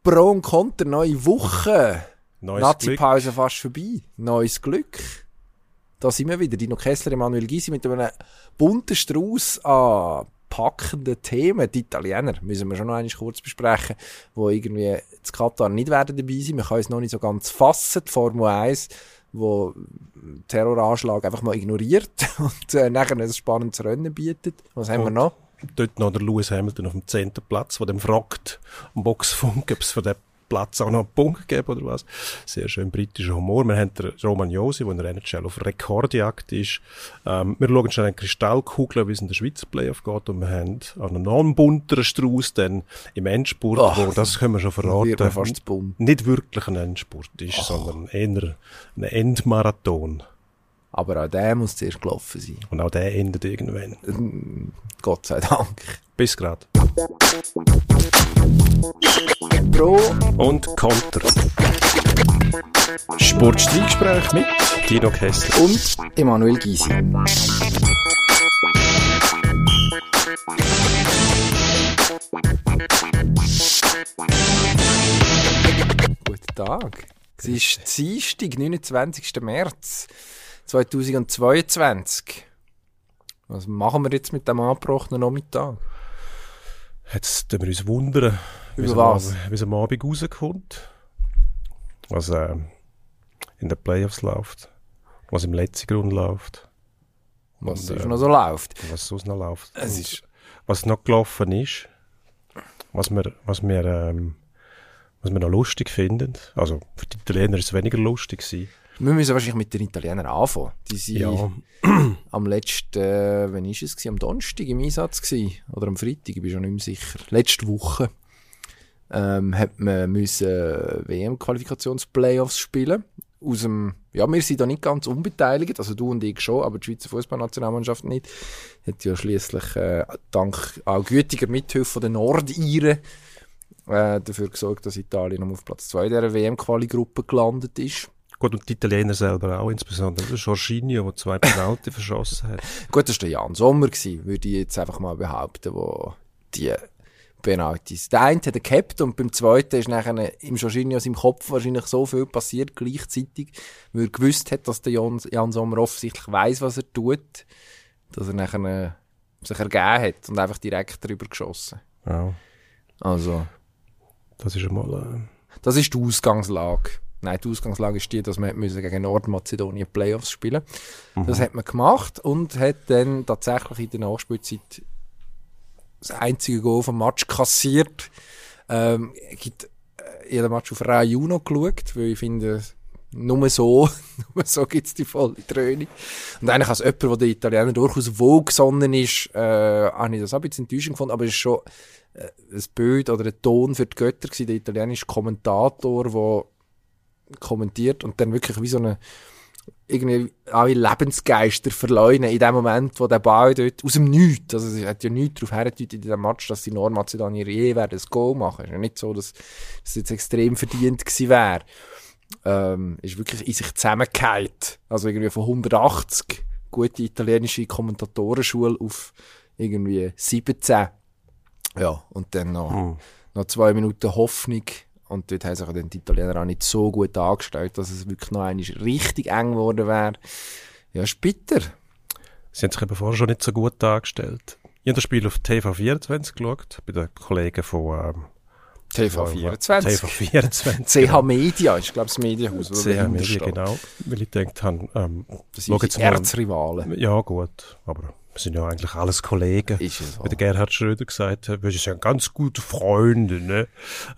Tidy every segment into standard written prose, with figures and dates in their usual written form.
Pro und Contra, neue Woche. Nazi-Pause fast vorbei. Neues Glück. Da sind wir wieder. Dino Kessler, Emanuel Gysi mit einem bunten Strauß an packenden Themen. Die Italiener müssen wir schon noch einmal kurz besprechen, die irgendwie in Katar nicht werden dabei sein. Man kann es noch nicht so ganz fassen. Die Formel 1, wo Terroranschlag einfach mal ignoriert und nachher ein spannendes Rennen bietet. Was haben wir noch? Dort noch der Lewis Hamilton auf dem 10. Platz, der dann fragt am Boxfunk, ob es für den Platz auch noch einen Punkt geben oder was. Sehr schön britischer Humor. Wir haben den Roman Josi, der in der NHL auf Rekordjagd ist. Wir schauen schnell in Kristallkugeln, wie es in der Schweizer Playoff geht. Und wir haben einen noch bunteren Strauß dann im Endspurt, wo, das können wir schon verraten, fast bunt. Nicht wirklich ein Endspurt ist, sondern eher ein Endmarathon. Aber auch der muss zuerst gelaufen sein. Und auch der endet irgendwann. Gott sei Dank. Bis grad. Pro und Contra. Sportstreitgespräch mit Dino Kessler und Emanuel Gysi. Guten Tag. Es ist Dienstag, 29. März 2022. Was machen wir jetzt mit dem angebrochenen Nachmittag? Jetzt tun wir uns wundern, wie es am Abend rauskommt, was in den Playoffs läuft, was im letzten Grund läuft. Was sonst noch so läuft. Was sonst noch läuft. Was noch gelaufen ist, was wir noch lustig finden. Also für die Italiener ist es weniger lustig gewesen. Wir müssen wahrscheinlich mit den Italienern anfangen. Die sind am letzten, wann war es? Am Donnerstag im Einsatz gewesen. Oder am Freitag, ich bin schon nicht mehr sicher. Letzte Woche hat man müssen WM-Qualifikationsplayoffs spielen. Wir sind da nicht ganz unbeteiligt, also du und ich schon, aber die Schweizer Fußballnationalmannschaft nicht. Hat ja schliesslich dank auch gütiger Mithilfe der Nordiren dafür gesorgt, dass Italien auf Platz 2 dieser WM-Quali-Gruppe gelandet ist. Gut, und die Italiener selber auch, insbesondere der Jorginho, der 2 Penalty verschossen hat. Gut, das war der Jan Sommer, würde ich jetzt einfach mal behaupten, wo die Penalties. Der eine hat er gehabt und beim zweiten ist nachher im Jorginho im Kopf wahrscheinlich so viel passiert gleichzeitig, weil er gewusst hat, dass der Jan Sommer offensichtlich weiss, was er tut, dass er nachher sich ergeben hat und einfach direkt drüber geschossen. Ja. Also. Das ist einmal... Das ist die Ausgangslage. Nein, die Ausgangslage ist die, dass wir gegen Nordmazedonien Playoffs spielen. Das hat man gemacht und hat dann tatsächlich in der Nachspielzeit das einzige Goal vom Match kassiert. Ich habe den Match auf Rai Uno geschaut, weil ich finde, nur so gibt es die volle Dröhnung. Und eigentlich als jemand, der den Italiener durchaus wohlgesonnen ist, habe ich das auch ein bisschen enttäuschend gefunden, aber es ist schon ein Bild oder ein Ton für die Götter gewesen, der italienische Kommentator, der kommentiert und dann wirklich wie so eine irgendwie alle Lebensgeister verleugnen in dem Moment, wo der Ball dort aus dem Nichts, also es hat ja nichts darauf hingedeutet in diesem Match, dass die Nordmazedonier je werden ein Goal machen. Es ist ja nicht so, dass es jetzt extrem verdient gewesen wäre. Ist wirklich in sich zusammengefallen. Also irgendwie von 180 gute italienische Kommentatorenschule auf irgendwie 17. Ja, und dann noch 2 Minuten Hoffnung. Und dort haben sich dann die Italiener auch nicht so gut angestellt, dass es wirklich noch einmal richtig eng geworden wäre. Ja, ist bitter. Sie haben sich eben vorher schon nicht so gut angestellt. Ich habe das Spiel auf TV24 geschaut, bei den Kollegen von TV24. CH Media ist, glaube ich, das Medienhaus. CH Media, genau. Weil ich gedacht habe, das sind die Erzrivalen. Ja, gut, aber wir sind ja eigentlich alles Kollegen. Ist es so. Wie der Gerhard Schröder gesagt hat, wir sind ja ganz gute Freunde, ne?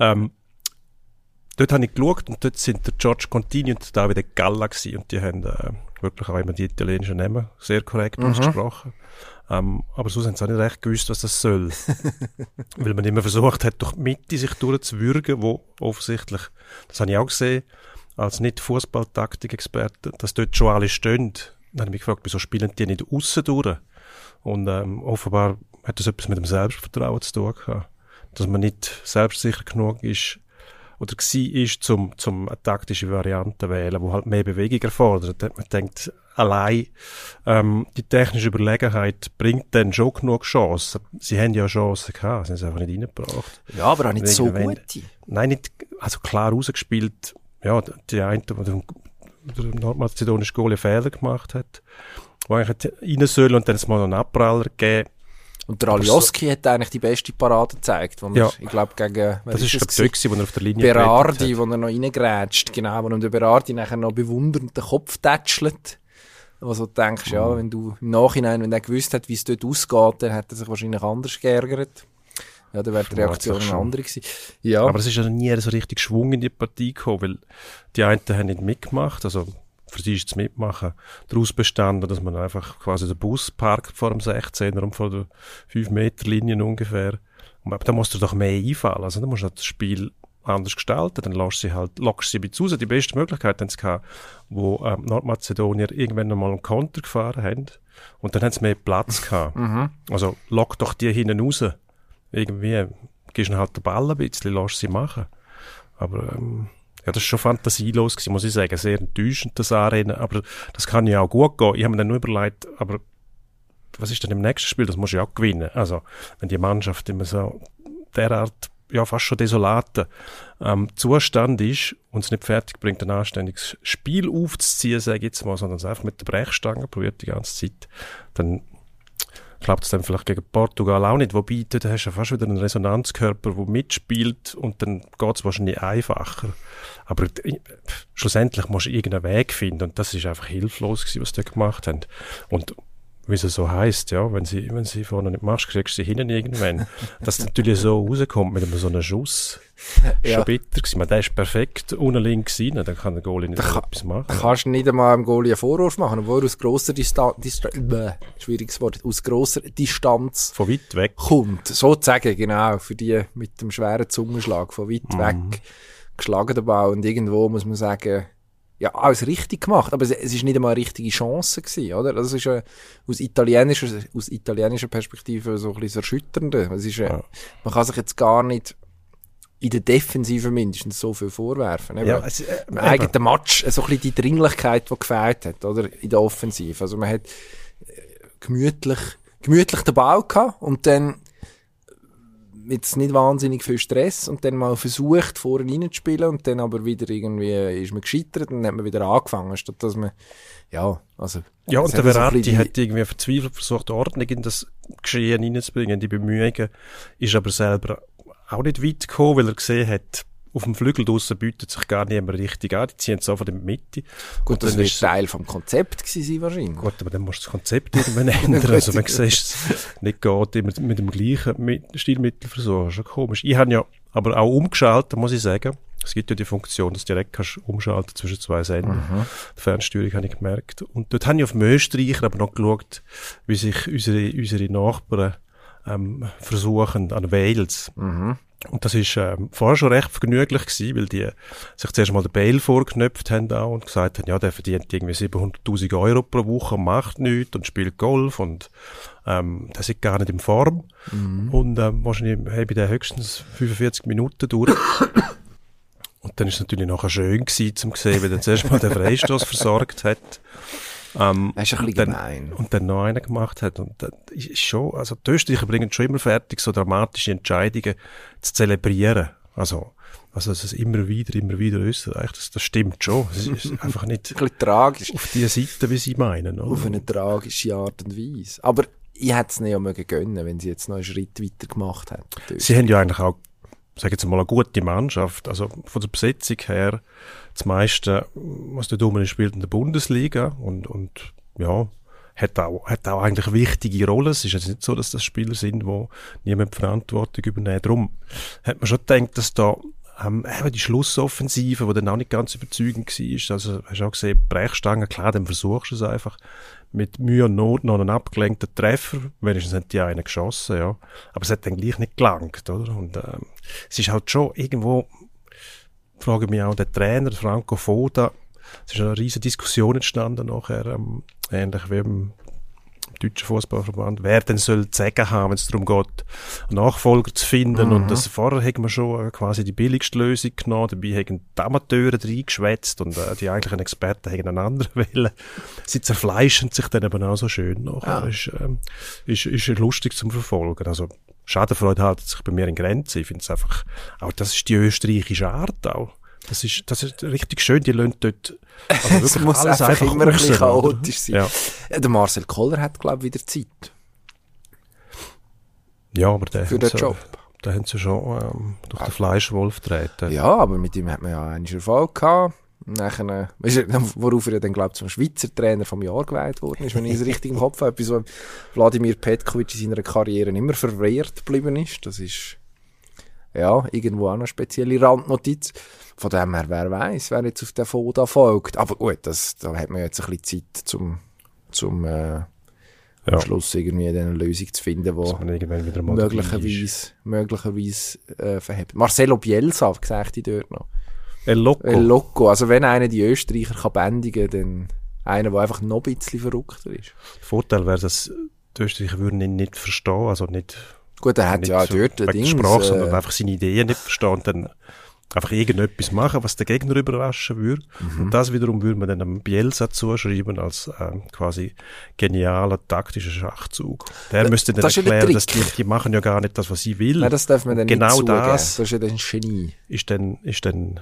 Dort habe ich geschaut und dort sind der George Contini und der Davide Galla gewesen und die haben wirklich auch immer die italienischen Namen sehr korrekt ausgesprochen. Aber sonst haben sie auch nicht recht gewusst, was das soll. Weil man immer versucht hat, durch die Mitte sich durchzuwürgen, wo offensichtlich, das habe ich auch gesehen, als Nicht-Fußball-Taktik-Experte, dass dort schon alle stehen. Dann habe ich mich gefragt, wieso spielen die nicht aussen durch? Und offenbar hat das etwas mit dem Selbstvertrauen zu tun gehabt. Dass man nicht selbstsicher genug ist, oder war, zum eine taktische Variante wählen, die halt mehr Bewegung erfordert. Man denkt, allein die technische Überlegenheit bringt dann schon genug Chancen. Sie haben ja Chancen gehabt, sie haben es einfach nicht reingebracht. Ja, aber auch nicht so gute. Nein, nicht, also klar rausgespielt. Ja, die eine, der nordmazedonische Goalie Fehler gemacht hat, wo eigentlich rein soll und dann es mal noch einen Abpraller gegeben. Und der Alioski hat eigentlich die beste Parade gezeigt, wo er, ich glaube, gegen, das ist wo er auf der Linie Berardi, wo er noch reingrätscht, genau, wo der Berardi nachher noch bewundernd den Kopf tätschelt. Also du denkst, ja, wenn du im Nachhinein, wenn er gewusst hat, wie es dort ausgeht, dann hätte er sich wahrscheinlich anders geärgert. Ja, dann wäre die Reaktion eine andere gewesen. Ja. Aber es ist ja nie so richtig Schwung in die Partie gekommen, weil die einen haben nicht mitgemacht, also für sie ist das Mitmachen daraus bestanden, dass man einfach quasi den Bus parkt vor dem 16er und vor der 5-Meter-Linie ungefähr. Aber da musst du doch mehr einfallen. Also da musst du das Spiel anders gestalten, dann lockst sie ein bisschen raus. Die beste Möglichkeit haben sie gehabt, wo Nordmazedonier irgendwann einmal einen Konter gefahren haben und dann haben sie mehr Platz gehabt. Also lock doch die hinten raus. Irgendwie gibst du halt den Ball ein bisschen, lässt sie machen. Aber ja, das ist schon fantasielos gewesen, muss ich sagen. Sehr enttäuschend, das Anrennen. Aber das kann ja auch gut gehen. Ich habe mir dann nur überlegt, aber was ist denn im nächsten Spiel? Das musst du ja auch gewinnen. Also, wenn die Mannschaft immer so derart, ja, fast schon desolaten Zustand ist und es nicht fertig bringt, ein anständiges Spiel aufzuziehen, sage ich jetzt mal, sondern es einfach mit der Brechstange probiert die ganze Zeit, dann klappt es dann vielleicht gegen Portugal auch nicht. Wobei, dort hast du ja fast wieder einen Resonanzkörper, der mitspielt und dann geht es wahrscheinlich einfacher. Aber schlussendlich musst du irgendeinen Weg finden und das ist einfach hilflos gewesen, was sie da gemacht haben. Und wie es so heisst, ja, wenn sie vorne nicht machst, kriegst du sie hinten irgendwann. Dass es natürlich so rauskommt mit einem so einem Schuss. Ja. Schon bitter gewesen. Der ist perfekt unten links rein, dann kann der Goalie nicht etwas machen. Da kannst du nicht einmal dem Goalie einen Vorwurf machen, obwohl er aus grosser schwieriges Wort, aus grosser Distanz von weit weg kommt. Sozusagen, genau, für die mit dem schweren Zungenschlag von weit weg geschlagen der Ball. Und irgendwo muss man sagen, ja, alles richtig gemacht, aber es ist nicht einmal eine richtige Chance gewesen, oder? Das ist aus italienischer Perspektive so ein bisschen erschütternd. Es ist, man kann sich jetzt gar nicht in der Defensive mindestens so viel vorwerfen. Ja, im eigenen Match so ein bisschen die Dringlichkeit, die gefehlt hat, oder? In der Offensive. Also man hat gemütlich den Ball gehabt und dann jetzt nicht wahnsinnig viel Stress und dann mal versucht, vorne reinzuspielen und dann aber wieder irgendwie ist man gescheitert und dann hat man wieder angefangen, statt dass man, ja, also... Ja, und der Verratti hat irgendwie verzweifelt versucht, Ordnung in das Geschehen reinzubringen, die Bemühungen, ist aber selber auch nicht weit gekommen, weil er gesehen hat, auf dem Flügel draussen bietet sich gar niemand richtig an, die ziehen es einfach in die Mitte. Gut, das wird Teil vom Konzept gewesen wahrscheinlich. Gut, aber dann musst du das Konzept irgendwann ändern. Also man sieht es nicht geht, immer mit dem gleichen Stilmittel versuchen. Schon komisch. Ich habe ja aber auch umgeschaltet, muss ich sagen. Es gibt ja die Funktion, dass du direkt kannst umschalten zwischen zwei Sendern. Die Fernsteuerung habe ich gemerkt. Und dort habe ich auf dem Österreicher aber noch geschaut, wie sich unsere Nachbarn versuchen an Wales. Und das ist vorher schon recht vergnüglich gewesen, weil die sich zuerst mal den Bale vorgeknöpft haben auch und gesagt haben, ja, der verdient irgendwie 700'000 Euro pro Woche und macht nichts und spielt Golf und der ist gar nicht in Form. Und wahrscheinlich habe ich den höchstens 45 Minuten durch. Und dann ist es natürlich nachher schön gewesen, zum sehen, wie er zuerst mal den Freistoß versorgt hat. Das ist ein bisschen gemein. Und dann noch einen gemacht hat. Und das ist schon, also die Österreicher bringen schon immer fertig, so dramatische Entscheidungen zu zelebrieren. Also es ist immer wieder Österreich, das stimmt schon. Es ist einfach nicht ein bisschen tragisch. Auf die Seite, wie sie meinen. Oder? Auf eine tragische Art und Weise. Aber ich hätte es nicht auch gönnen, wenn sie jetzt noch einen Schritt weiter gemacht hätten. Sie haben ja eigentlich auch, sag jetzt mal, eine gute Mannschaft. Also von der Besetzung her, das meiste, was der Dumme spielt in der Bundesliga und ja, hat auch eigentlich wichtige Rollen. Es ist jetzt nicht so, dass das Spieler sind, die niemand die Verantwortung übernehmen. Darum hat man schon gedacht, dass da eben die Schlussoffensive, die dann auch nicht ganz überzeugend war, also hast du auch gesehen, Brechstangen, klar, dann versuchst du es einfach. Mit Mühe und Not noch einen abgelenkten Treffer, wenigstens hat die einen geschossen, ja. Aber es hat dann gleich nicht gelangt, oder? Und es ist halt schon irgendwo, frage ich mich auch, der Trainer, Franco Foda, es ist eine riesige Diskussion entstanden nachher, ähnlich wie deutschen Fußballverband, wer denn soll zu sagen haben, wenn es darum geht, einen Nachfolger zu finden. Und das vorher haben wir schon quasi die billigste Lösung genommen, dabei haben die Amateure reingeschwätzt und die eigentlichen Experten haben einen anderen wählen. Sie zerfleischen sich dann eben auch so schön nachher. Ist lustig zum Verfolgen. Also Schadenfreude hält sich bei mir in Grenzen. Ich finde es einfach, auch das ist die österreichische Art auch. Das ist richtig schön, die lassen dort also wirklich es muss alles einfach immer ein bisschen raus, chaotisch sein. Ja. Der Marcel Koller hat, glaube ich, wieder Zeit Ja, aber für den Job. Da haben sie schon durch den Fleischwolf getreten. Ja, aber mit ihm hat man ja einen Erfolg gehabt. Nachher, worauf er dann, glaube ich, zum Schweizer Trainer vom Jahr gewählt worden ist, wenn ich es richtig im Kopf habe. Etwas, was Wladimir Petkovic in seiner Karriere immer verwehrt geblieben ist. Das ist ja irgendwo auch eine spezielle Randnotiz. Von dem her, wer weiß, wer jetzt auf den Foda folgt. Aber gut, da hat man jetzt ein bisschen Zeit, zum am Schluss irgendwie eine Lösung zu finden, die möglicherweise verhebt. Marcelo Bielsa, gesagt ich dort noch. El Loco. Also wenn einer die Österreicher kann bändigen, dann einer, der einfach noch ein bisschen verrückter ist. Der Vorteil wäre, dass die Österreicher würden ihn nicht verstehen, also nicht. Gut, er hat ja dort wegen Sprache, sondern einfach seine Ideen nicht verstehen und dann einfach irgendetwas machen, was der Gegner überraschen würde. Und das wiederum würde man dann einem Bielsa zuschreiben als quasi genialer taktischer Schachzug. Der müsste dann erklären, dass die machen ja gar nicht das, was sie will. Nein, das darf man dann genau nicht zugeben. Das ist ja dann ein Genie. Ist dann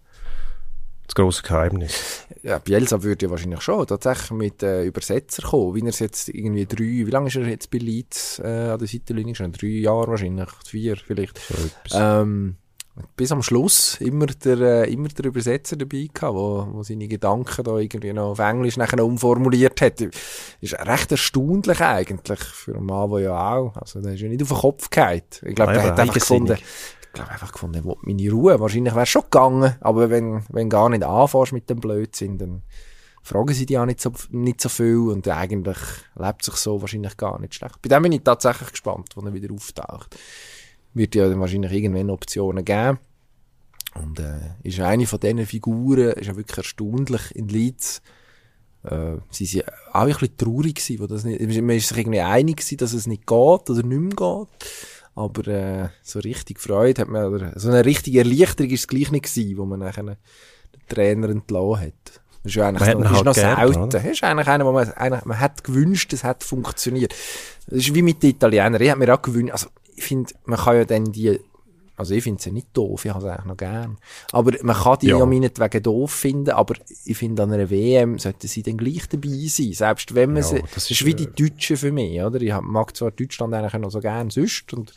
das grosse Geheimnis. Ja, Bielsa würde ja wahrscheinlich schon tatsächlich mit Übersetzer kommen, wie er es jetzt irgendwie wie lange ist er jetzt bei Leeds an der Seitenlinie? Schon 3 Jahre wahrscheinlich, 4 vielleicht. So bis am Schluss immer der Übersetzer dabei gehabt, wo seine Gedanken da irgendwie noch auf Englisch nachher noch umformuliert hat. Ist recht erstaunlich eigentlich für einen Mann, der ja auch, also der ist ja nicht auf den Kopf gefallen. Ich glaube, der hat einfach gefunden, er will meine Ruhe. Wahrscheinlich wäre es schon gegangen, aber wenn gar nicht anfängst mit dem Blödsinn, dann fragen sie dich auch nicht so viel und eigentlich lebt sich so wahrscheinlich gar nicht schlecht. Bei dem bin ich tatsächlich gespannt, wenn er wieder auftaucht. Wird ja dann wahrscheinlich irgendwann Optionen geben. Und ist eine von diesen Figuren, ist ja wirklich erstaunlich in Leeds. Sie waren auch ein bisschen traurig gewesen, wo das nicht, man ist sich irgendwie einig gewesen, dass es nicht geht oder nicht mehr geht. Aber so richtig Freude hat man, oder so eine richtige Erleichterung ist es gleich nicht gewesen, wo man nachher den Trainer entlassen hat. Das ist ja eigentlich noch selten. Das ist eigentlich einer, wo man hat gewünscht, es hat funktioniert. Das ist wie mit den Italienern. Ich habe mir auch gewünscht, also ich finde, man kann ja dann also ich finde sie nicht doof, ich habe sie eigentlich noch gern. Aber man kann die ja meinetwegen doof finden, aber ich finde, an einer WM sollten sie dann gleich dabei sein. Selbst wenn man das ist wie die Deutschen für mich, oder? Ich mag zwar Deutschland eigentlich noch so gern sonst und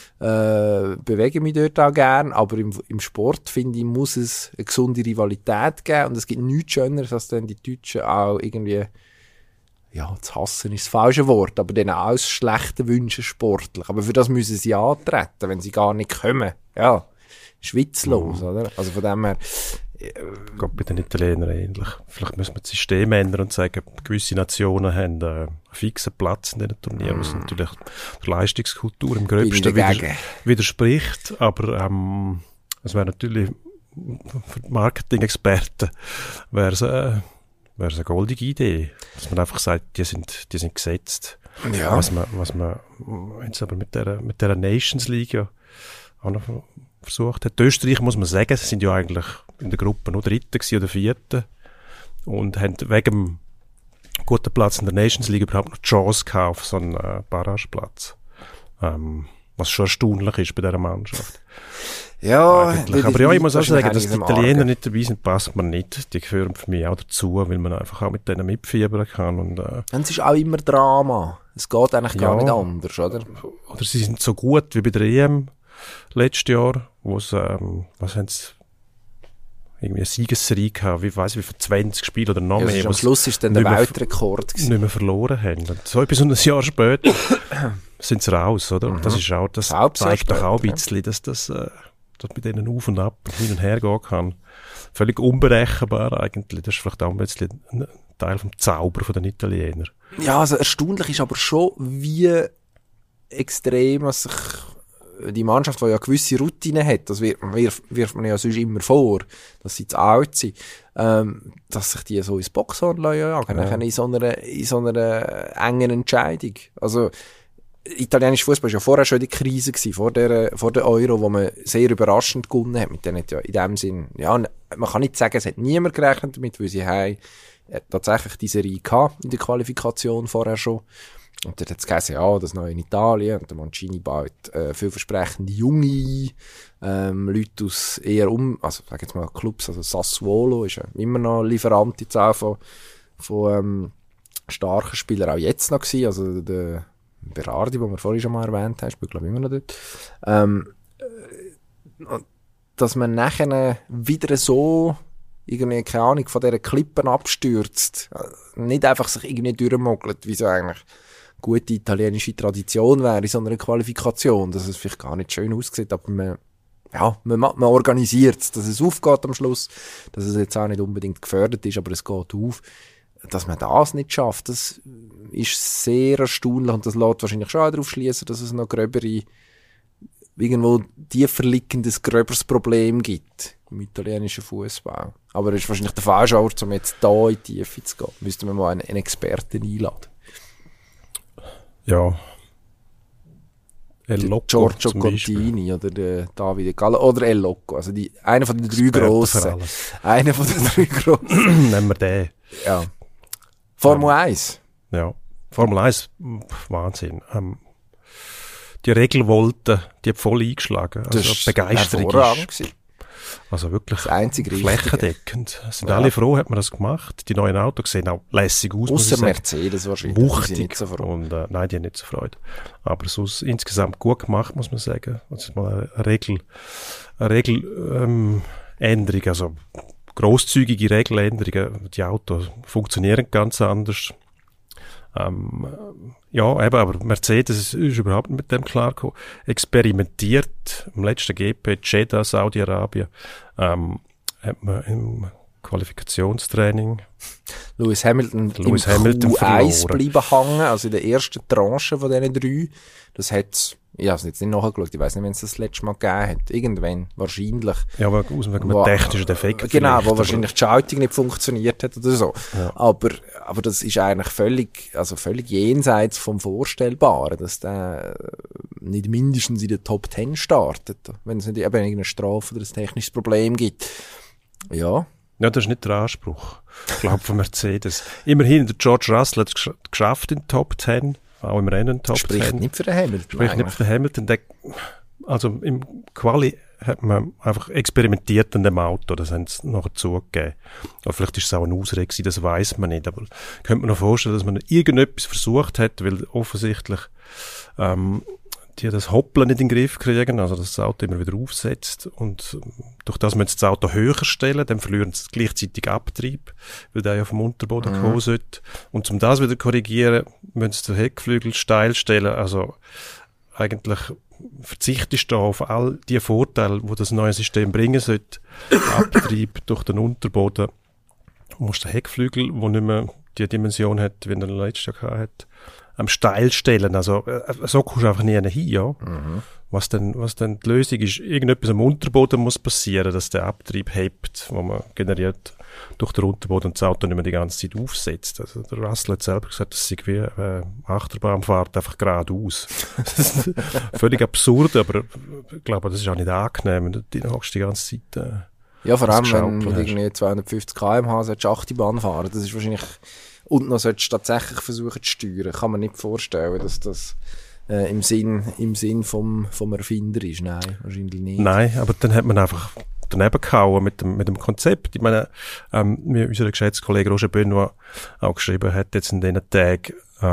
bewege mich dort auch gern, aber im Sport, finde ich, muss es eine gesunde Rivalität geben und es gibt nichts Schöneres, als dann die Deutschen auch irgendwie, ja, zu hassen ist das falsche Wort, aber denen auch das schlechte Wünschen sportlich. Aber für das müssen sie antreten, wenn sie gar nicht kommen. Ja, schwitzlos, oder? Also von dem her. Geht bei den Italienern ähnlich. Vielleicht müssen wir das System ändern und sagen, gewisse Nationen haben einen fixen Platz in diesen Turnieren, was natürlich der Leistungskultur im Gröbsten widerspricht. Aber es wäre natürlich für die Marketing-Experten wäre es eine goldige Idee, dass man einfach sagt, die sind gesetzt. Ja. Was man jetzt aber mit der Nations League ja auch noch versucht hat. Die Österreicher, muss man sagen, sie sind ja eigentlich in der Gruppe nur Dritte oder Vierte und haben wegen dem guten Platz in der Nations League überhaupt noch die Chance gehabt auf so einen Barrageplatz. Was schon erstaunlich ist bei dieser Mannschaft. Ja, aber ja, ich muss auch sagen, dass die Italiener nicht dabei sind, passt mir nicht. Die gehören für mich auch dazu, weil man einfach auch mit denen mitfiebern kann. Und es ist auch immer Drama. Es geht eigentlich gar nicht anders, oder? Oder sie sind so gut wie bei der EM letztes Jahr, wo es, was haben sie, irgendwie eine Siegesserie gehabt, wie für 20 Spiele oder noch mehr. Am Schluss ist dann der Weltrekord gewesen. Nicht mehr verloren haben. Und so etwas und ein Jahr später sind sie raus, oder? Und das zeigt doch auch ein bisschen, dass das mit denen auf und ab, hin und her gehen kann. Völlig unberechenbar eigentlich. Das ist vielleicht auch ein bisschen ein Teil vom Zauber von den Italienern. Ja, also erstaunlich ist aber schon, wie extrem sich die Mannschaft, die ja gewisse Routine hat, das wirft man ja sonst immer vor, dass sie zu alt sind, dass sich die so ins Boxhorn jagen, in so einer engen Entscheidung. Also, italienischer Fußball war ja vorher schon die Krise gewesen, vor der Euro, wo man sehr überraschend gewonnen hat. Mit denen hat ja in dem Sinn, ja, man kann nicht sagen, es hat niemand gerechnet damit, weil sie haben tatsächlich die Serie gehabt in der Qualifikation vorher schon. Und dann hat es geheißen, ja, das noch in Italien. Und der Mancini baut vielversprechende Junge Leute aus eher also sag jetzt mal Clubs, also Sassuolo ist ja immer noch Lieferant jetzt auch von starken Spielern, auch jetzt noch gewesen. Also der Berardi, den wir vorhin schon mal erwähnt haben, spielt glaube ich immer noch dort. Dass man nachher wieder so irgendwie, keine Ahnung, von dieser Klippen abstürzt, nicht einfach sich irgendwie durchmogelt, wie so eigentlich gute italienische Tradition wäre in so einer Qualifikation, dass es vielleicht gar nicht schön aussieht, aber man organisiert es, dass es aufgeht am Schluss, dass es jetzt auch nicht unbedingt gefördert ist, aber es geht auf. Dass man das nicht schafft, das ist sehr erstaunlich und das lässt wahrscheinlich schon auch darauf schließen, dass es noch gröbere, irgendwo tiefer liegendes, gröberes Problem gibt im italienischen Fußball. Aber es ist wahrscheinlich der falsche Ort, um jetzt da in die Tiefe zu gehen. Müssten wir mal einen Experten einladen. Ja. El Loco Giorgio Contini oder der Davide Gallo oder El Loco. Also einer von den drei Grossen. Einer von den drei Grossen. Nehmen wir den. Ja. Formel 1. Ja. Formel 1, Wahnsinn. Die Regelwolte, die hat voll eingeschlagen. Also das Begeisterung ist. Also wirklich flächendeckend. Sind alle froh, hat man das gemacht. Die neuen Autos sehen auch lässig aus. Ausser Mercedes wahrscheinlich. Wuchtig. Nicht so und, nein, die haben nicht so Freude. Aber sonst insgesamt gut gemacht, muss man sagen. Das ist mal eine Regeländerung, also grosszügige Regeländerungen. Die Autos funktionieren ganz anders. Ja, eben, aber Mercedes ist überhaupt nicht mit dem klargekommen. Experimentiert im letzten GP Jeddah, Saudi-Arabien, hat man im Qualifikationstraining Lewis Hamilton Q1 bleiben hängen, also in der ersten Tranche von diesen 3. Das hat's, ich habe es jetzt nicht nachgeschaut, ich weiss nicht, wenn es das letzte Mal gegeben hat. Irgendwann, wahrscheinlich. Ja, aber aus einem technischen Defekt. Genau, wo wahrscheinlich die Schaltung nicht funktioniert hat oder so. Ja. Aber das ist eigentlich völlig jenseits vom Vorstellbaren, dass der nicht mindestens in der Top 10 startet, wenn es nicht eben irgendeine Strafe oder ein technisches Problem gibt. Ja. Ja, das ist nicht der Anspruch, ich glaube, von Mercedes. Immerhin, der George Russell hat es geschafft in Top 10, auch im Rennen Top 10. Spricht nicht für den Hamilton. Spricht nicht für den Hamilton. Also im Quali hat man einfach experimentiert an dem Auto, das haben sie nachher zugegeben. Aber vielleicht ist es auch eine Ausrede gewesen, das weiss man nicht. Aber könnte man noch vorstellen, dass man irgendetwas versucht hat, weil offensichtlich die das Hoppeln nicht in den Griff kriegen, also dass das Auto immer wieder aufsetzt und durch das müssen sie das Auto höher stellen, dann verlieren sie gleichzeitig Abtrieb, weil der ja vom Unterboden kommen sollte. Und um das wieder korrigieren, müssen sie den Heckflügel steil stellen, also eigentlich verzichtest du auf all die Vorteile, die das neue System bringen sollte. Abtrieb durch den Unterboden. Du musst den Heckflügel, der nicht mehr die Dimension hat, wie er letztes Jahr hat, steil stellen. Also, so kommst du einfach nie hin, ja. Mhm. Was dann die Lösung ist, irgendetwas am Unterboden muss passieren, dass der Abtrieb hebt, wo man generiert durch den Unterboden und das Auto nicht mehr die ganze Zeit aufsetzt. Also, der Russell hat selber gesagt, das sei wie Achterbahnfahrt einfach geradeaus. Völlig absurd, aber ich glaube, das ist auch nicht angenehm, wenn du hockst die ganze Zeit, ja, vor allem, wenn du irgendwie 250 km/h Achterbahn fahren, das ist wahrscheinlich. Und noch solltest du tatsächlich versuchen zu steuern. Kann man nicht vorstellen, dass das im Sinn vom Erfinder ist. Nein, wahrscheinlich nicht. Nein, aber dann hat man einfach daneben gehauen mit dem Konzept. Ich meine, unser geschätzter Kollege Roger Benoit auch geschrieben hat jetzt in diesen Tagen,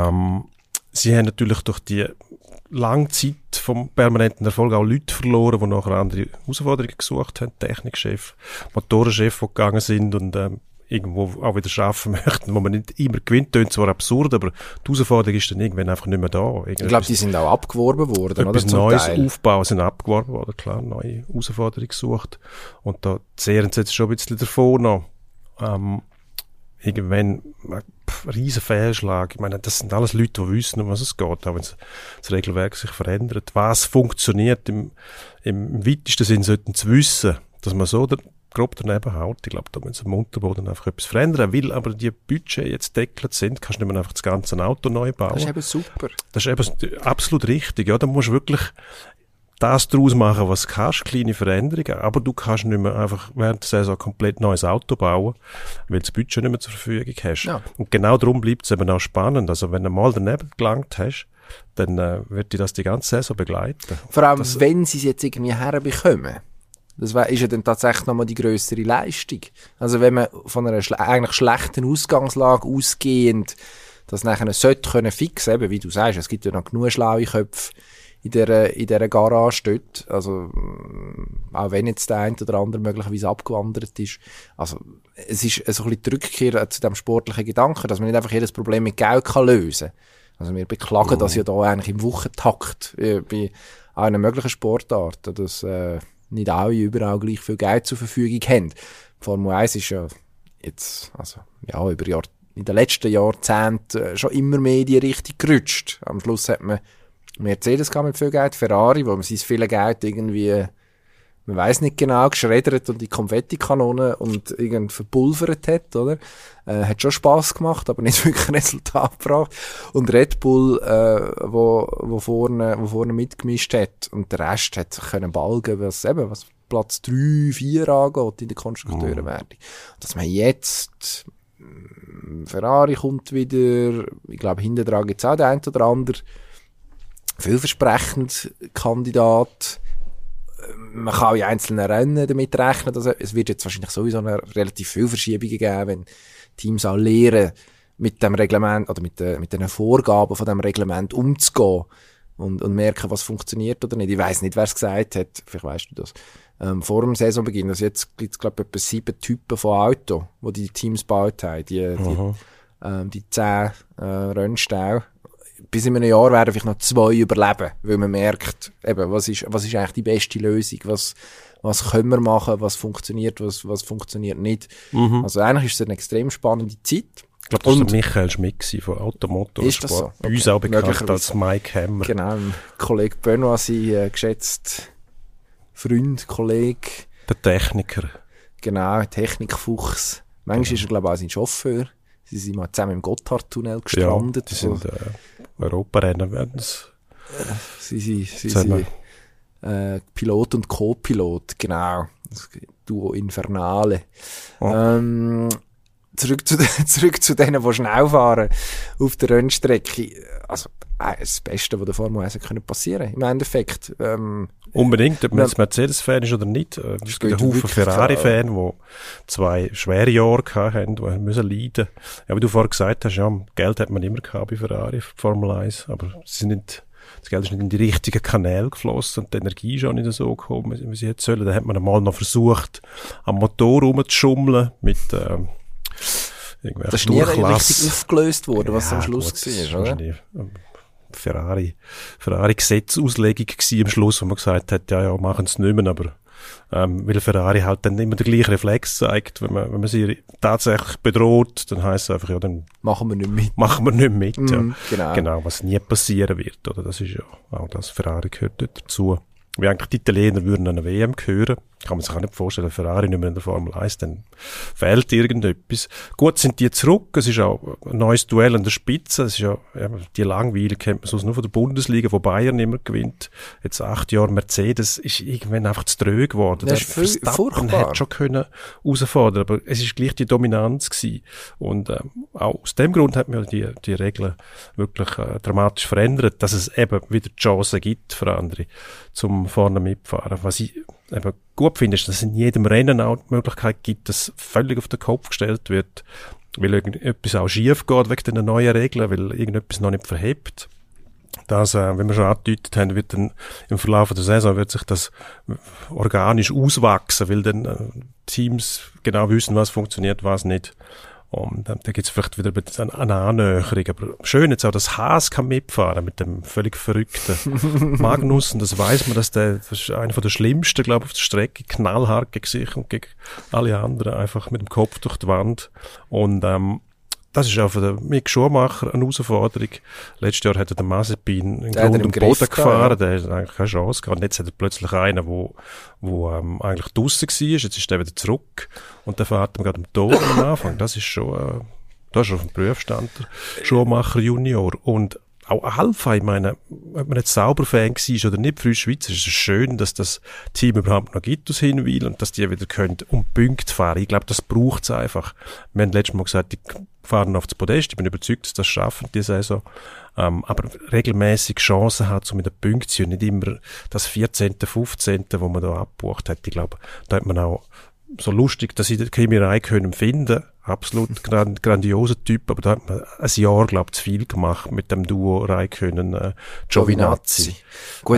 sie haben natürlich durch die lange Zeit vom permanenten Erfolg auch Leute verloren, die nachher andere Herausforderungen gesucht haben. Technikchef, Motorenchef, die gegangen sind und irgendwo auch wieder schaffen möchten, wo man nicht immer gewinnt, klingt zwar absurd, aber die Herausforderung ist dann irgendwann einfach nicht mehr da. Ich glaube, die sind auch abgeworben worden, etwas oder? Neues aufbauen, sind abgeworben worden, klar, neue Herausforderungen gesucht. Und da zehren sie jetzt schon ein bisschen davon noch. irgendwann ein riesen Fehlschlag. Ich meine, das sind alles Leute, die wissen, um was es geht, auch wenn das Regelwerk sich verändert. Was funktioniert im weitesten Sinn, sollten sie wissen, dass man so grob daneben haut. Ich glaube, da müssen sie im Unterboden einfach etwas verändern. Weil aber die Budget jetzt deckelt sind, kannst du nicht mehr einfach das ganze Auto neu bauen. Das ist eben super. Das ist eben absolut richtig. Ja, da musst du wirklich das daraus machen, was du kannst, kleine Veränderungen, aber du kannst nicht mehr einfach während der Saison ein komplett neues Auto bauen, weil du das Budget nicht mehr zur Verfügung hast. Ja. Und genau darum bleibt es eben auch spannend. Also wenn du mal daneben gelangt hast, dann wird dich das die ganze Saison begleiten. Vor allem, wenn sie es jetzt irgendwie herbekommen. Das ist ja dann tatsächlich nochmal die grössere Leistung. Also wenn man von einer eigentlich schlechten Ausgangslage ausgehend das nachher sollte können fixen, eben wie du sagst, es gibt ja noch genug schlaue Köpfe in dieser Garage dort. Also, auch wenn jetzt der eine oder andere möglicherweise abgewandert ist. Also, es ist so ein bisschen die Rückkehr zu dem sportlichen Gedanken, dass man nicht einfach jedes Problem mit Geld kann lösen kann. Also, wir beklagen das ja da eigentlich im Wochentakt bei einer möglichen Sportart, dass nicht alle überall gleich viel Geld zur Verfügung haben. Formel 1 ist ja jetzt, also, ja, in den letzten Jahrzehnten schon immer mehr in die Richtung gerutscht. Am Schluss hat man Mercedes mit viel Geld, Ferrari, wo man sein viele Geld irgendwie, man weiss nicht genau, geschreddert und die Konfettikanonen und irgendwie verpulvert hat, oder? Hat schon Spass gemacht, aber nicht wirklich ein Resultat gebracht. Und Red Bull, wo vorne mitgemischt hat und der Rest hat sich können balgen, was Platz 3, 4 angeht in der Konstrukteurenwertung. Dass man jetzt, Ferrari kommt wieder, ich glaube, hinten dran gibt's auch den einen oder anderen vielversprechend Kandidat. Man kann auch in einzelnen Rennen damit rechnen, dass es wird jetzt wahrscheinlich sowieso relativ viel Verschiebungen geben, wenn Teams auch lernen, mit dem Reglement oder mit den Vorgaben von dem Reglement umzugehen und merken, was funktioniert oder nicht. Ich weiss nicht, wer es gesagt hat, vielleicht weisst du das. Vor dem Saisonbeginn, also jetzt gibt es glaube ich etwa 7 Typen von Auto, die Teams gebaut haben, die 10 Rennställe. Bis in einem Jahr werden vielleicht noch 2 überleben, weil man merkt, eben, was ist eigentlich die beste Lösung, was können wir machen, was funktioniert funktioniert nicht. Also eigentlich ist es eine extrem spannende Zeit. Ich glaube, das war Michael Schmidt von Automotor. Ist das so? Bei uns auch bekannt als Mike Hammer. Genau, Kollege Benoit, sein geschätzt Freund, Kollege. Der Techniker. Genau, Technikfuchs. Manchmal ist er, glaube ich, auch sein Chauffeur. Sie sind mal zusammen im Gotthardtunnel gestrandet. Ja, die sind Europarennen werden es. Sie sind Pilot und Co-Pilot, genau. Das Duo Infernale. Oh. Zurück zu denen, die schnell fahren auf der Rennstrecke. Also, das Beste, was der Formel 1 passieren kann, im Endeffekt. Unbedingt, ob man jetzt Mercedes-Fan ist oder nicht. Es gibt einen Haufen Ferrari-Fan, die 2 schwere Jahre hatten, die müssen leiden. Ja, wie du vorhin gesagt hast, ja, Geld hat man immer gehabt bei Ferrari, Formel 1, aber das Geld ist nicht in die richtigen Kanäle geflossen und die Energie ist auch nicht so gekommen, wie sie jetzt sollen. Da hat man einmal noch versucht, am Motor rumzuschummeln mit irgendwelchen Das ist nie richtig aufgelöst worden, was am Schluss war, oder? Ferrari-Gesetzauslegung am Schluss, wo man gesagt hat, ja, machen es nicht mehr, aber weil Ferrari halt dann immer den gleichen Reflex zeigt, wenn man sie tatsächlich bedroht, dann heisst es einfach, ja, dann machen wir nicht mit. Ja. Genau, was nie passieren wird, oder? Das ist ja auch das, Ferrari gehört dort dazu. Wie eigentlich die Italiener würden an eine WM gehören, kann man sich auch nicht vorstellen, Ferrari nicht mehr in der Formel 1, dann fehlt irgendetwas. Gut sind die zurück, es ist auch ein neues Duell an der Spitze, es ist ja die Langweile kennt man sonst nur von der Bundesliga, wo Bayern immer gewinnt. Jetzt 8 Jahre Mercedes ist irgendwann einfach zu trög geworden. Das ist Verstappen hätte schon können herausfordern, aber es ist gleich die Dominanz gewesen. Und auch aus dem Grund hat man die Regeln wirklich dramatisch verändert, dass es eben wieder die Chance gibt für andere, zum vorne mitfahren. Was ich eben gut finde, ist, dass es in jedem Rennen auch die Möglichkeit gibt, dass völlig auf den Kopf gestellt wird, weil irgendetwas auch schief geht wegen den neuen Regeln, weil irgendetwas noch nicht verhebt. Das, wenn wir schon angedeutet haben, wird dann im Verlauf der Saison wird sich das organisch auswachsen, weil dann Teams genau wissen, was funktioniert, was nicht. Und da gibt es vielleicht wieder eine Annäherung. Aber schön jetzt auch, dass Haas kann mitfahren mit dem völlig verrückten Magnus. Und das weiss man, das ist einer der schlimmsten, glaube ich, auf der Strecke. Knallhart gegen sich und gegen alle anderen. Einfach mit dem Kopf durch die Wand. Und das ist auch für den Mick Schumacher eine Herausforderung. Letztes Jahr hat er den Mazepin in Grund und Boden gefahren. Der hat eigentlich keine Chance gehabt. Und jetzt hat er plötzlich einen, wo eigentlich draussen war. Jetzt ist der wieder zurück. Und der fährt ihm gerade am Tor am Anfang. Das ist schon, da ist schon auf dem Prüfstand der Schumacher Junior. Und auch Alpha, ich meine, ob man jetzt Sauber-Fan war oder nicht, für uns Schweizer ist es schön, dass das Team überhaupt noch gibt aus Hinwil und dass die wieder können Punkte fahren. Ich glaube, das braucht es einfach. Wir haben letztes Mal gesagt, die fahren auf das Podest. Ich bin überzeugt, dass das schaffen, die Saison. Aber regelmäßig Chancen hat, um mit den Punkten zu, nicht immer das 14., 15., wo man da abgebucht hat. Ich glaube, da hat man auch so lustig, dass ich den Kimi Räikkönen finden. Absolut grandioser Typ, aber da hat man ein Jahr, glaube ich, zu viel gemacht mit dem Duo Räikkönen, Giovinazzi. Gut.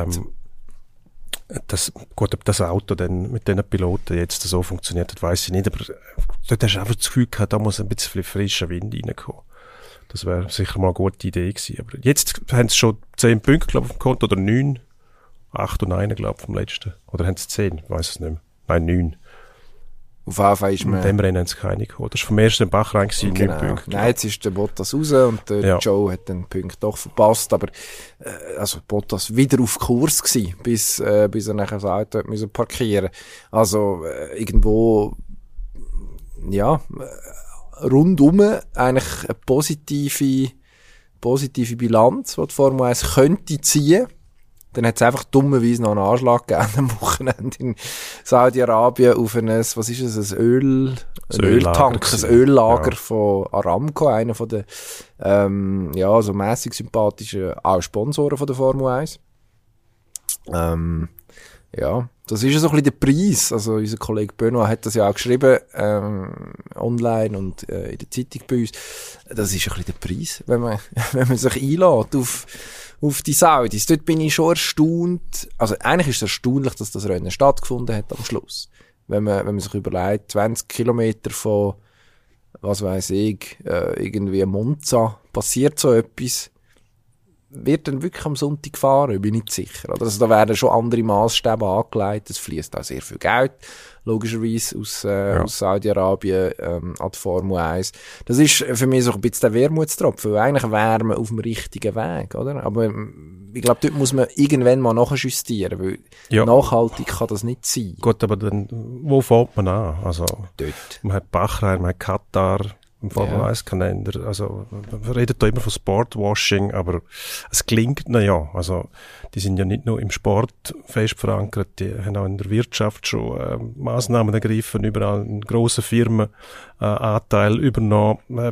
Ob das Auto dann mit diesen Piloten jetzt so funktioniert hat, weiss ich nicht, aber dort hast du einfach das Gefühl gehabt, da muss ein bisschen frischer Wind reinkommen. Das wäre sicher mal eine gute Idee gewesen. Aber jetzt haben sie schon 10 Punkte, glaube ich, auf dem Konto, oder 9. 8 und 1, glaube ich, vom letzten. Oder haben sie 10? Ich weiss es nicht mehr. Nein, 9. Auf jeden Fall ist man... In dem Rennen haben sie keine geholt. Das war vom ersten Bachrein gewesen, genau. 9 Punkte. Nein, jetzt ist der Bottas raus und der Joe hat den Punkt doch verpasst, aber also Bottas wieder auf Kurs gewesen, bis er nachher das Auto hat müssen parkieren. Also irgendwo, ja, rundum eigentlich eine positive Bilanz, die Formel 1 könnte ziehen. Dann hat es einfach dummerweise noch einen Anschlag gegeben am Wochenende in Saudi-Arabien auf ein Öllager von Aramco, einer von den, so mässig sympathischen auch Sponsoren von der Formel 1. Das ist ja so ein bisschen der Preis. Also unser Kollege Benoit hat das ja auch geschrieben, online und in der Zeitung bei uns. Das ist ein bisschen der Preis, wenn man sich einlädt auf die Saudis. Dort bin ich schon erstaunt. Also eigentlich ist es erstaunlich, dass das Rennen stattgefunden hat am Schluss. Wenn man sich überlegt, 20 Kilometer von, was weiss ich, irgendwie Monza, passiert so etwas, wird dann wirklich am Sonntag gefahren, bin ich nicht sicher. Oder? Also da werden schon andere Maßstäbe angelegt, es fließt auch sehr viel Geld, logischerweise aus Saudi-Arabien an die Formel 1. Das ist für mich so ein bisschen der Wermutstropfen, weil eigentlich wäre man auf dem richtigen Weg, oder? Aber ich glaube, dort muss man irgendwann mal nachjustieren, weil nachhaltig kann das nicht sein. Gut, aber dann, wo fängt man an? Also, dort. Man hat Bahrain, man hat Katar, im Formel 1 Kalender, also wir reden da immer von Sportwashing, aber es klingt, also die sind ja nicht nur im Sport fest verankert, die haben auch in der Wirtschaft schon Maßnahmen ergriffen, überall in grossen Firmen Anteil übernommen.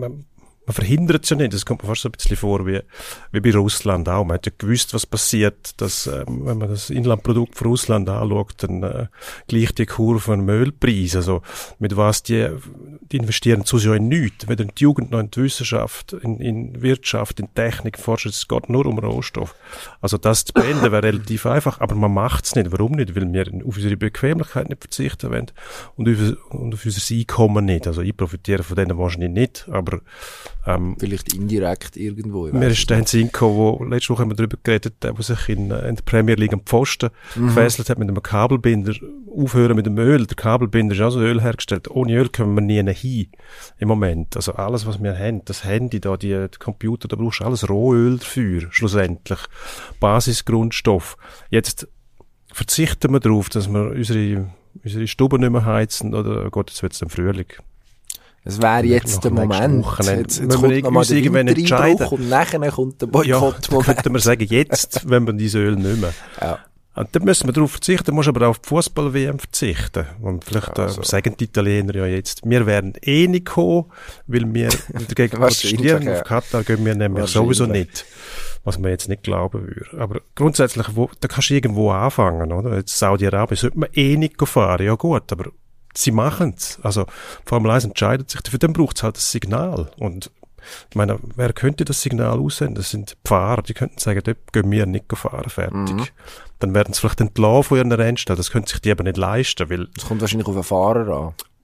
Man verhindert es ja nicht. Das kommt mir fast so ein bisschen vor wie bei Russland auch. Man hat ja gewusst, was passiert, dass, wenn man das Inlandprodukt von Russland anschaut, dann gleicht die Kurve an Ölpreis. Also, mit was die investieren zu ja in nichts. Weder in die Jugend noch in die Wissenschaft, in Wirtschaft, in Technik, Forschung, es geht nur um Rohstoff. Also, das zu beenden wäre relativ einfach, aber man macht es nicht. Warum nicht? Weil wir auf unsere Bequemlichkeit nicht verzichten wollen und auf unser Einkommen nicht. Also, ich profitiere von denen wahrscheinlich nicht, aber vielleicht indirekt irgendwo. Mir ist der Hinko, wo letzte Woche haben wir darüber geredet, der sich in der Premier League am Pfosten gefesselt hat mit einem Kabelbinder, aufhören mit dem Öl. Der Kabelbinder ist auch so Öl hergestellt. Ohne Öl können wir nie hin im Moment. Also alles, was wir haben, das Handy da, die Computer, da brauchst du alles Rohöl dafür, schlussendlich. Basisgrundstoff. Jetzt verzichten wir darauf, dass wir unsere Stuben nicht mehr heizen, oder Gott, jetzt wird es im Frühling. Es wäre jetzt der Moment. Jetzt kommt nochmal der Wintereinbruch und nachher kommt der Boykott-Moment. Ja, könnten wir sagen, jetzt, wenn wir diese Öl nicht mehr. Ja. Und dann müssen wir darauf verzichten, dann musst du aber auf die Fußball-WM verzichten. Und vielleicht sagen die Italiener ja jetzt, wir werden nicht kommen, weil wir dagegen protestieren. Auf Katar gehen wir nämlich sowieso nicht. Was man jetzt nicht glauben würde. Aber grundsätzlich, da kannst du irgendwo anfangen, oder? Jetzt Saudi-Arabien sollte man nicht fahren. Ja gut, aber sie machen's. Also, Formel 1 entscheidet sich dafür, dann braucht's halt das Signal. Und, ich meine, wer könnte das Signal aussenden? Das sind die Fahrer, die könnten sagen, dort gehen wir nicht fahren, fertig. Dann werden sie vielleicht entlassen von ihren Rennstellen. Das können sich die aber nicht leisten, weil... Das kommt wahrscheinlich auf den Fahrer an.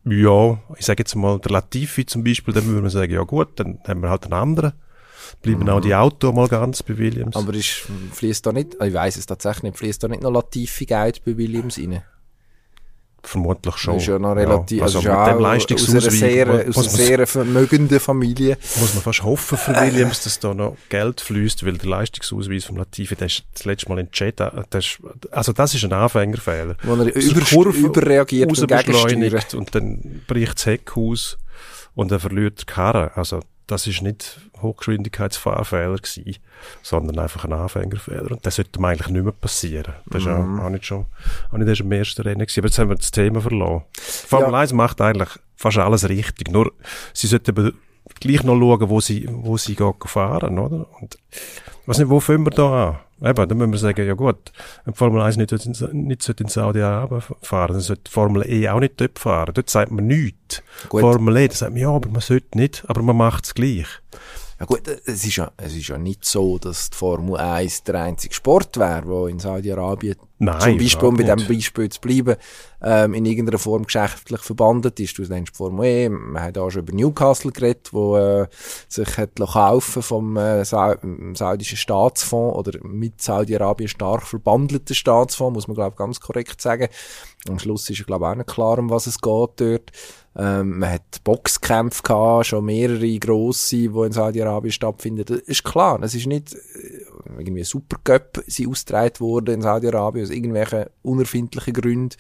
Ja, ich sage jetzt mal, der Latifi zum Beispiel, dann würde man sagen, ja gut, dann haben wir halt einen anderen. Bleiben auch die Autos mal ganz bei Williams. Aber fließt da nicht, ich weiss es tatsächlich nicht, fließt da nicht noch Latifi-Geld bei Williams rein? Vermutlich schon. Das ist ja noch relativ, also mit dem dem Leistungsausweis aus einer sehr vermögenden Familie. Muss man fast hoffen für Williams, dass da noch Geld fließt, weil der Leistungsausweis vom Latifi, der ist das letzte Mal entschieden. Also das ist ein Anfängerfehler. Wo er überreagiert und gegensteuert. Und dann bricht das Heck aus und er verliert die Karre. Also das ist nicht Hochgeschwindigkeitsfahrfehler gewesen, sondern einfach ein Anfängerfehler. Und das sollte mir eigentlich nicht mehr passieren. Das ist auch nicht erst im ersten Rennen gewesen. Aber jetzt haben wir das Thema verloren. Formel 1 macht eigentlich fast alles richtig. Nur, sie sollten eben gleich noch schauen, wo sie fahren, oder? Und, ich weiss nicht, wo fangen wir da an? Eben, dann müssen wir sagen, ja gut, wenn Formel 1 nicht in Saudi-Arabien fahren, dann sollte Formel E auch nicht dort fahren. Dort sagt man nichts. Gut. Formel E, da sagt man, ja, aber man sollte nicht, aber man macht es gleich. Ja gut, es ist ja nicht so, dass die Formel 1 der einzige Sport wäre, der in Saudi-Arabien, zum Beispiel, um bei diesem Beispiel zu bleiben, in irgendeiner Form geschäftlich verbandet ist. Du nennst die Formel E, wir haben auch schon über Newcastle geredet, wo sich hat kaufen vom saudischen Staatsfonds oder mit Saudi-Arabien stark verbandelten Staatsfonds, muss man glaube ich ganz korrekt sagen. Am Schluss ist glaube ich auch nicht klar, um was es geht dort. Man hat Boxkämpfe gehabt, schon mehrere grosse, die in Saudi-Arabien stattfinden. Das ist klar, es ist nicht irgendwie Supercup sind ausgetragen worden in Saudi-Arabien aus irgendwelchen unerfindlichen Gründen.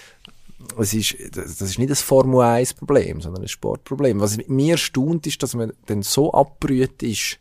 Das ist nicht ein Formel 1 Problem, sondern ein Sportproblem. Was mir erstaunt ist, dass man dann so abgerührt ist,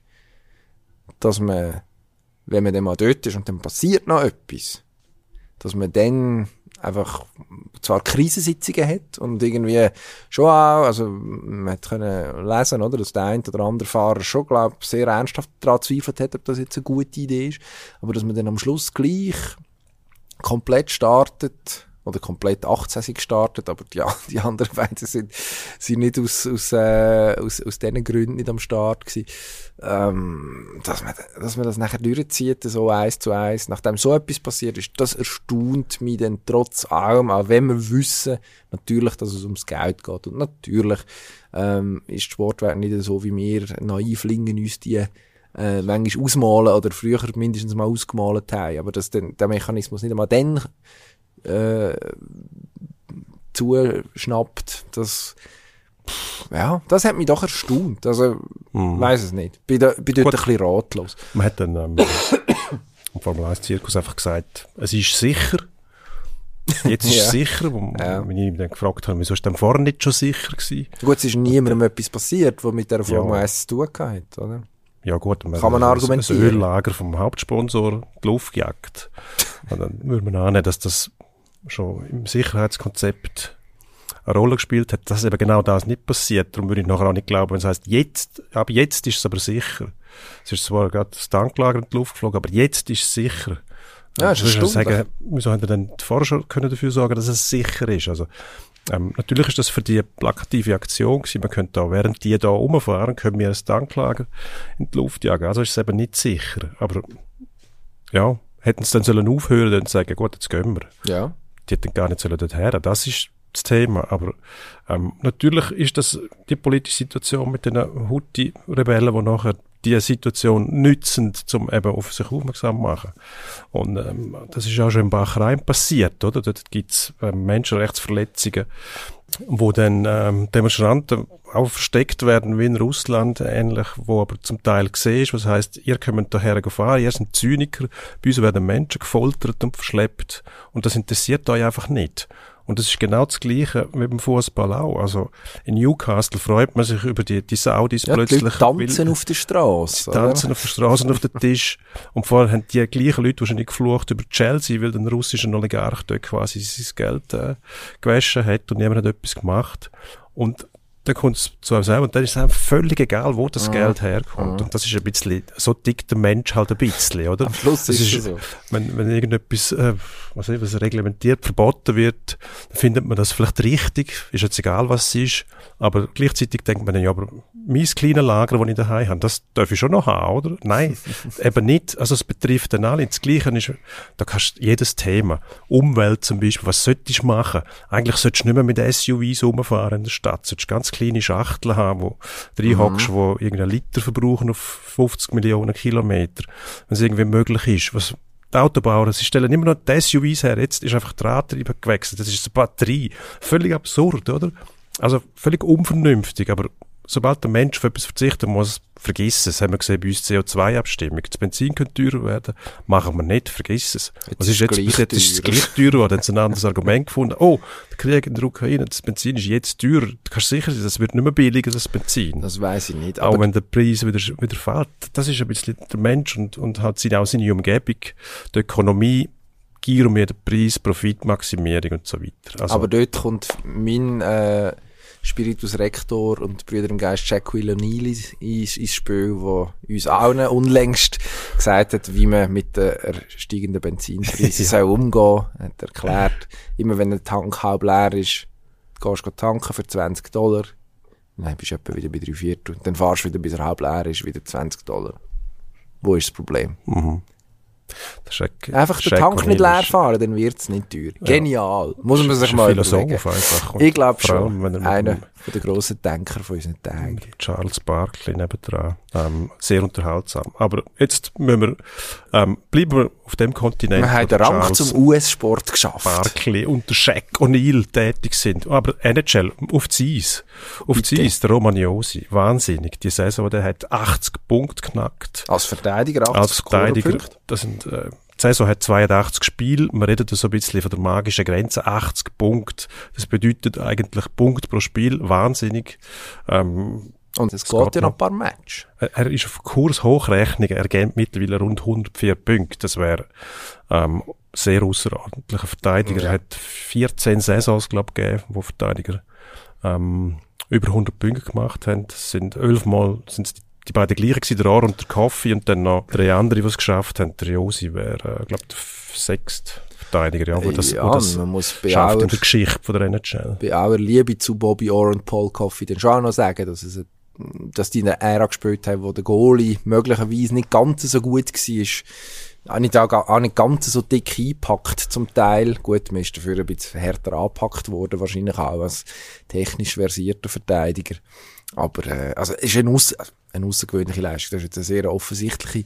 dass man, wenn man dann mal dort ist und dann passiert noch etwas, dass man dann einfach zwar Krisensitzungen hat und irgendwie schon auch, also man hat können lesen, oder, dass der eine oder andere Fahrer schon, glaube ich, sehr ernsthaft daran zweifelt hat, ob das jetzt eine gute Idee ist, aber dass man dann am Schluss gleich komplett startet, oder komplett 18 sind gestartet, aber ja, die anderen beiden sind nicht aus diesen Gründen nicht am Start gewesen. Dass man das nachher durchzieht, so 1:1, nachdem so etwas passiert ist, das erstaunt mich dann trotz allem, auch wenn wir wissen, natürlich, dass es ums Geld geht. Und natürlich, ist die Sportwelt nicht so, wie wir naiv lingen uns die manchmal ausmalen oder früher mindestens mal ausgemalt haben. Aber dass der Mechanismus nicht einmal dann zuschnappt, das hat mich doch erstaunt. Also, weiss es nicht. Bin dort ein bisschen ratlos. Man hat dann im Formel 1 Zirkus einfach gesagt, es ist sicher. Jetzt ist es sicher. Wenn ich mich dann gefragt habe, wieso ist dann vorher nicht schon sicher gewesen? Gut, es ist niemandem etwas passiert, was mit der Formel 1 zu tun hat, oder? Ja gut, kann man argumentieren. Das Öllager vom Hauptsponsor die Luft jagt. Und dann würde man annehmen, dass das schon im Sicherheitskonzept eine Rolle gespielt hat, dass eben genau das nicht passiert. Darum würde ich nachher auch nicht glauben, wenn es heisst, ab jetzt ist es aber sicher. Es ist zwar gerade das Tanklager in die Luft geflogen, aber jetzt ist es sicher. Ja, das ist sagen, wieso haben wir denn vorher schon dafür sorgen, dass es sicher ist? Also, natürlich ist das für die plakative Aktion gewesen. Man könnte da, während die da rumfahren, können wir ein Tanklager in die Luft jagen. Also ist es eben nicht sicher. Aber, ja, hätten sie dann sollen aufhören und sagen, gut, jetzt gehen wir. Ja. Die hätten gar nicht dorthin. Das ist das Thema. Aber natürlich ist das die politische Situation mit den Houthi-Rebellen, die nachher diese Situation nützen, um eben auf sich aufmerksam zu machen. Und das ist auch schon in Bahrain passiert, oder? Dort gibt es Menschenrechtsverletzungen, wo dann Demonstranten auch versteckt werden wie in Russland, ähnlich, wo aber zum Teil gesehen ist, was heisst, ihr könnt daher fahren, ihr seid Zyniker, bei uns werden Menschen gefoltert und verschleppt und das interessiert euch einfach nicht. Und das ist genau das Gleiche wie beim Fußball auch. Also in Newcastle freut man sich über die Saudis plötzlich. Die tanzen auf der Straße. Tanzen auf der Straße und auf dem Tisch. Und vorher haben die gleichen Leute wahrscheinlich geflucht über Chelsea, weil der russische Oligarch dort quasi sein Geld gewaschen hat und niemand hat etwas gemacht. Und dann kommt es zu einem selber und dann ist es einfach völlig egal, wo das Geld herkommt. Und das ist ein bisschen, so tickt der Mensch halt ein bisschen, oder? Am Schluss das ist es so. Wenn irgendetwas, was reglementiert, verboten wird, dann findet man das vielleicht richtig, ist jetzt egal, was es ist, aber gleichzeitig denkt man dann, ja, aber mein kleines Lager, das ich daheim habe, das darf ich schon noch haben, oder? Nein, eben nicht. Also es betrifft dann alle. Das Gleiche ist, da kannst du jedes Thema, Umwelt zum Beispiel, was solltest du machen? Eigentlich solltest du nicht mehr mit SUVs rumfahren in der Stadt. Du solltest ganz kleine Schachteln haben, wo reinhockst, wo irgendeinen Liter verbrauchen auf 50 Millionen Kilometer, wenn es irgendwie möglich ist. Was die Autobauer, sie stellen immer noch die SUVs her. Jetzt ist einfach der Antrieb gewechselt. Das ist eine Batterie. Völlig absurd, oder? Also völlig unvernünftig, aber sobald der Mensch auf etwas verzichten muss, vergiss es. Haben wir gesehen bei uns CO2-Abstimmung. Das Benzin könnte teurer werden. Machen wir nicht, vergiss es. Was ist jetzt? Bis jetzt ist es gleich teurer. Dann haben sie ein anderes Argument gefunden. Oh, der Krieg in der Ukraine, das Benzin ist jetzt teurer. Du kannst sicher sein, das wird nicht mehr billiger, das Benzin. Das weiss ich nicht. Auch wenn der Preis wieder fällt. Das ist ein bisschen der Mensch und hat auch seine Umgebung, die Ökonomie, Gier um jeden Preis, Profitmaximierung und so weiter. Also, aber dort kommt mein Spiritus Rector und Brüder im Geist Jacques O'Neil ins Spiel, wo uns allen unlängst gesagt hat, wie man mit den steigenden Benzinpreisen soll umgehen. Er hat erklärt, immer wenn ein Tank halb leer ist, gehst du tanken für $20. Dann bist du etwa wieder bei 3/4. Dann fahrst du wieder, bis er halb leer ist, wieder $20. Wo ist das Problem? Einfach den Tank nicht leer fahren, dann wird es nicht teuer. Genial. Muss man sich mal überlegen. Ich glaube schon. Einer der grossen Denker von unseren Tagen. Charles Barkley nebendran. Sehr unterhaltsam. Aber jetzt müssen wir, bleiben wir auf dem Kontinent. Wir haben den Rang zum US-Sport geschafft. Barkley und der Shaq O'Neal tätig sind. Aber NHL, auf das Eis. Auf das Eis, der Romagnosi. Wahnsinnig. Die Saison, der hat 80 Punkte geknackt. Als Verteidiger 80 Als Verteidiger. Das sind, die Saison hat 82 Spiele. Man redet da so ein bisschen von der magischen Grenze. 80 Punkte. Das bedeutet eigentlich Punkt pro Spiel. Wahnsinnig. Und es geht ja noch ein paar Matches. Er ist auf Kurs Hochrechnung. Er geht mittlerweile rund 104 Punkte. Das wäre sehr außerordentlicher Verteidiger. Er hat 14 Saisons, glaube ich, gegeben, wo Verteidiger über 100 Punkte gemacht haben. Das sind 11 Mal sind die beiden gleichen gewesen, der Aar und der Koffi, und dann noch 3 andere, die es geschafft haben. Der Josi wäre, glaube ich, der 6. Verteidiger, ja, wo das man muss schafft in der Geschichte von der NHL. Bei aller Liebe zu Bobby Orr und Paul Coffey dann schon auch noch sagen, dass die in einer Ära gespielt haben, wo der Goalie möglicherweise nicht ganz so gut war. Auch nicht ganz so dick eingepackt zum Teil. Gut, man ist dafür ein bisschen härter angepackt worden, wahrscheinlich auch als technisch versierter Verteidiger. Aber also ist eine außergewöhnliche Leistung. Das ist jetzt eine sehr offensichtliche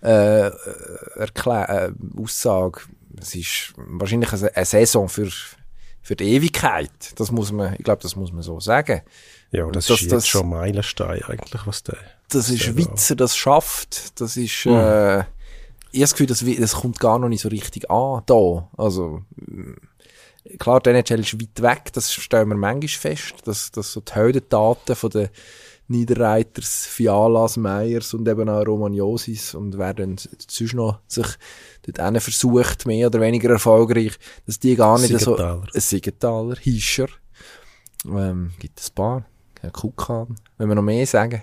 Aussage. Es ist wahrscheinlich eine Saison für die Ewigkeit. Ich glaube, das muss man so sagen. Ja, das ist jetzt schon ein Meilenstein eigentlich, was der... Das ist Schweizer, das schafft. Das ist... Ich habe das Gefühl, das kommt gar noch nicht so richtig an da. Also klar, der NHL ist weit weg, das stellen wir manchmal fest, dass so die Heldentaten von den Niederreiters, Fialas, Meyers und eben auch Romagnosis und wer dann sonst noch sich dort versucht, mehr oder weniger erfolgreich, dass die gar nicht Siegenthaler. so... Siegenthaler, Hischer, gibt es ein paar, Kukan, wenn wir noch mehr sagen.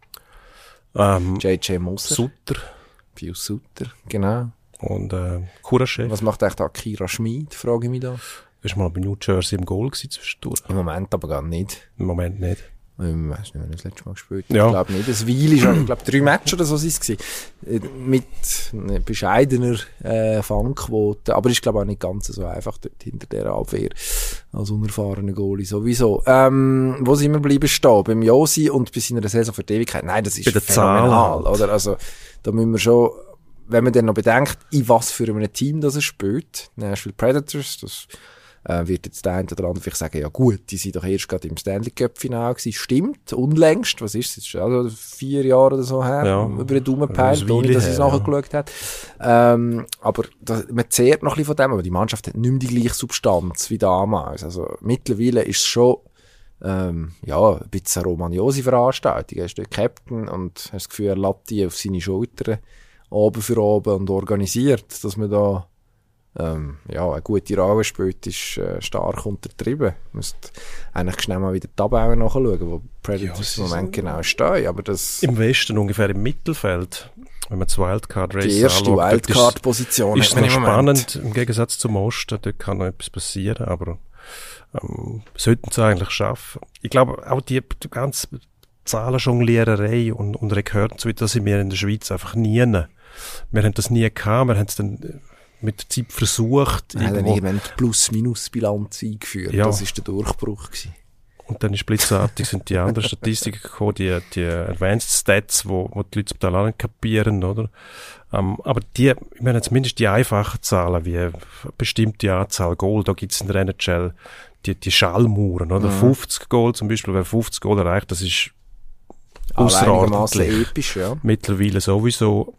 J.J. Moser. Sutter. Pius Sutter, genau. Und Kuraschew. Was macht eigentlich da Kira Schmid, frage ich mich da. Ist mal bei New Jersey im Goal gewesen zwischendurch? Im Moment aber gar nicht. Im Moment nicht. Ich weiss nicht, wann er das letzte Mal gespielt hat. Ja. Ich glaube nicht. Das Weil ist, ich glaube, 3 Matches oder so waren es. Mit bescheidener Fangquote. Aber ist, glaube ich, auch nicht ganz so einfach dort hinter der Abwehr als unerfahrener Goalie sowieso. Wo sind wir bleiben stehen? Beim Josi und bei seiner Saison für die Ewigkeit? Nein, das ist phänomenal. Oder? Also, da müssen wir schon, wenn man dann noch bedenkt, in was für einem Team das er spielt. Nashville Predators, das wird jetzt der eine oder andere vielleicht sagen, ja gut, die sind doch erst gerade im Stanley Cup Final gewesen. Stimmt, unlängst, was ist es? Also 4 Jahre oder so her, ja, über den Daumen peilt, ohne dass es nachgeschaut hat. Aber man zehrt noch ein bisschen von dem, aber die Mannschaft hat nicht mehr die gleiche Substanz wie damals. Also mittlerweile ist es schon ein bisschen eine Romagnosi-Veranstaltung. Er ist der Captain und hast das Gefühl, er lädt die auf seine Schultern oben für oben und organisiert, dass man da ja, eine gute Rolle spielt, ist stark untertrieben. Du musst eigentlich schnell mal wieder die Tabellen nachschauen, wo Predators im Moment genau stehen. Aber das im Westen ungefähr im Mittelfeld, wenn man das Wildcard-Race die erste Wildcard-Position ist noch spannend, im Gegensatz zum Osten, dort kann noch etwas passieren, aber sollten sie eigentlich schaffen. Ich glaube, auch die ganze Zahlenjongliererei und Rekord und so weiter, das sind wir in der Schweiz einfach nie. Wir haben das nie gehabt, wir haben es dann mit der Zeit versucht. Wir haben dann irgendwann die Plus-Minus-Bilanz eingeführt. Ja. Das war der Durchbruch gewesen. Und dann ist blitzartig sind die anderen Statistiken gekommen, die Advanced Stats, wo die Leute zum Teil auch nicht kapieren, oder? Aber ich meine zumindest die einfachen Zahlen, wie eine bestimmte Anzahl Goal, da gibt's in der NHL die Schallmauern, oder? 50 Goal zum Beispiel, wer 50 Goal erreicht, das ist außerordentlich episch, ja. Mittlerweile sowieso,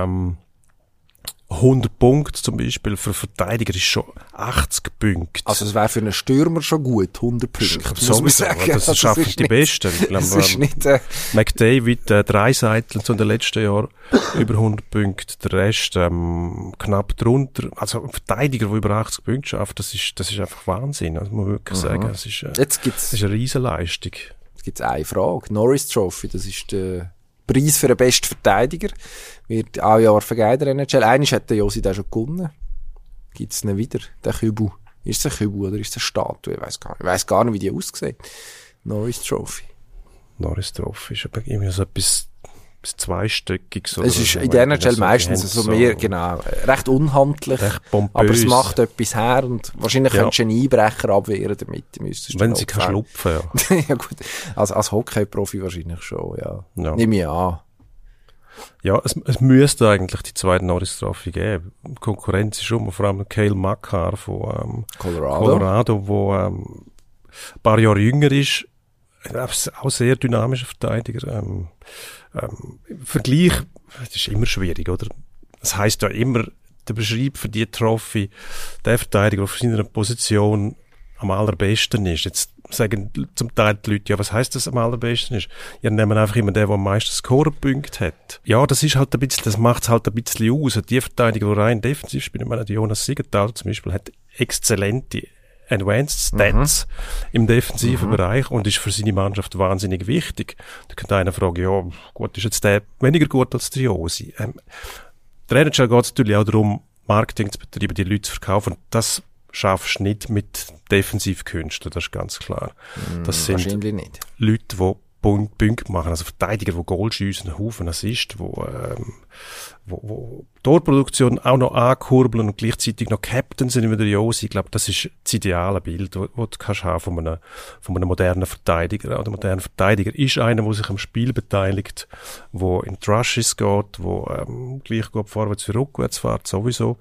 100 Punkte zum Beispiel, für Verteidiger ist schon 80 Punkte. Also es wäre für einen Stürmer schon gut, 100 Punkte. So muss man sagen. Das schaffen die Besten. Ich glaube, McDavid, Draisaitl so in den letzten Jahren über 100 Punkte, der Rest knapp drunter. Also ein Verteidiger, der über 80 Punkte schafft, das ist einfach Wahnsinn. Also muss man wirklich sagen, das ist eine Riesenleistung. Jetzt gibt's eine Frage. Norris Trophy, das ist der Preis für den besten Verteidiger. Wird alle Jahre vergeben, der NHL. Einmal hat der Josi den schon gewonnen. Gibt's ihn wieder, den Kübel. Ist es ein Kübel oder ist es eine Statue? Ich weiss gar nicht, wie die aussieht. Norris Trophy. Norris Trophy ist aber irgendwie so etwas zweistöckiges. Es ist in der NHL meistens so mehr, genau, recht unhandlich. Recht pompös. Aber es macht etwas her und wahrscheinlich könntest du einen Einbrecher abwehren damit. Wenn sie kann schlupfen, ja. Ja gut, als Hockey-Profi wahrscheinlich schon, ja. Nehme ich an. Ja, es müsste eigentlich die zweite Norris-Trophy geben. Konkurrenz ist schon vor allem Cale Makar von Colorado, wo ein paar Jahre jünger ist, auch sehr dynamischer Verteidiger. Vergleich, das ist immer schwierig, oder? Das heisst ja immer, der Beschreib für die Trophy, der Verteidiger, der für seine Position am allerbesten ist. Jetzt sagen zum Teil die Leute, ja, was heisst das am allerbesten ist? Ja, nehmen einfach immer den, der am meisten Scorerpunkte hat. Ja, das ist halt ein bisschen, das macht's halt ein bisschen aus. Die Verteidiger, die rein defensiv spielen, ich meine, Jonas Siegenthaler zum Beispiel, hat exzellente Advanced Stats im defensiven Bereich und ist für seine Mannschaft wahnsinnig wichtig. Da könnte einer fragen, ja, gut, ist jetzt der weniger gut als der Josi? Der NHL geht es natürlich auch darum, Marketing zu betreiben, die Leute zu verkaufen. Das schaffst du nicht mit Defensivkünsten, das ist ganz klar. Das sind wahrscheinlich nicht. Leute, die Punkte machen, also Verteidiger, die Goal schiessen, einen Haufen Assist, wo Torproduktion auch noch ankurbeln und gleichzeitig noch Captain sind wie der Josi. Ich glaube, das ist das ideale Bild, das du kannst haben von einem modernen Verteidiger. Der moderne Verteidiger ist einer, der sich am Spiel beteiligt, der in die Rushes geht, der gleich gut vorwärts wie rückwärts fährt, sowieso.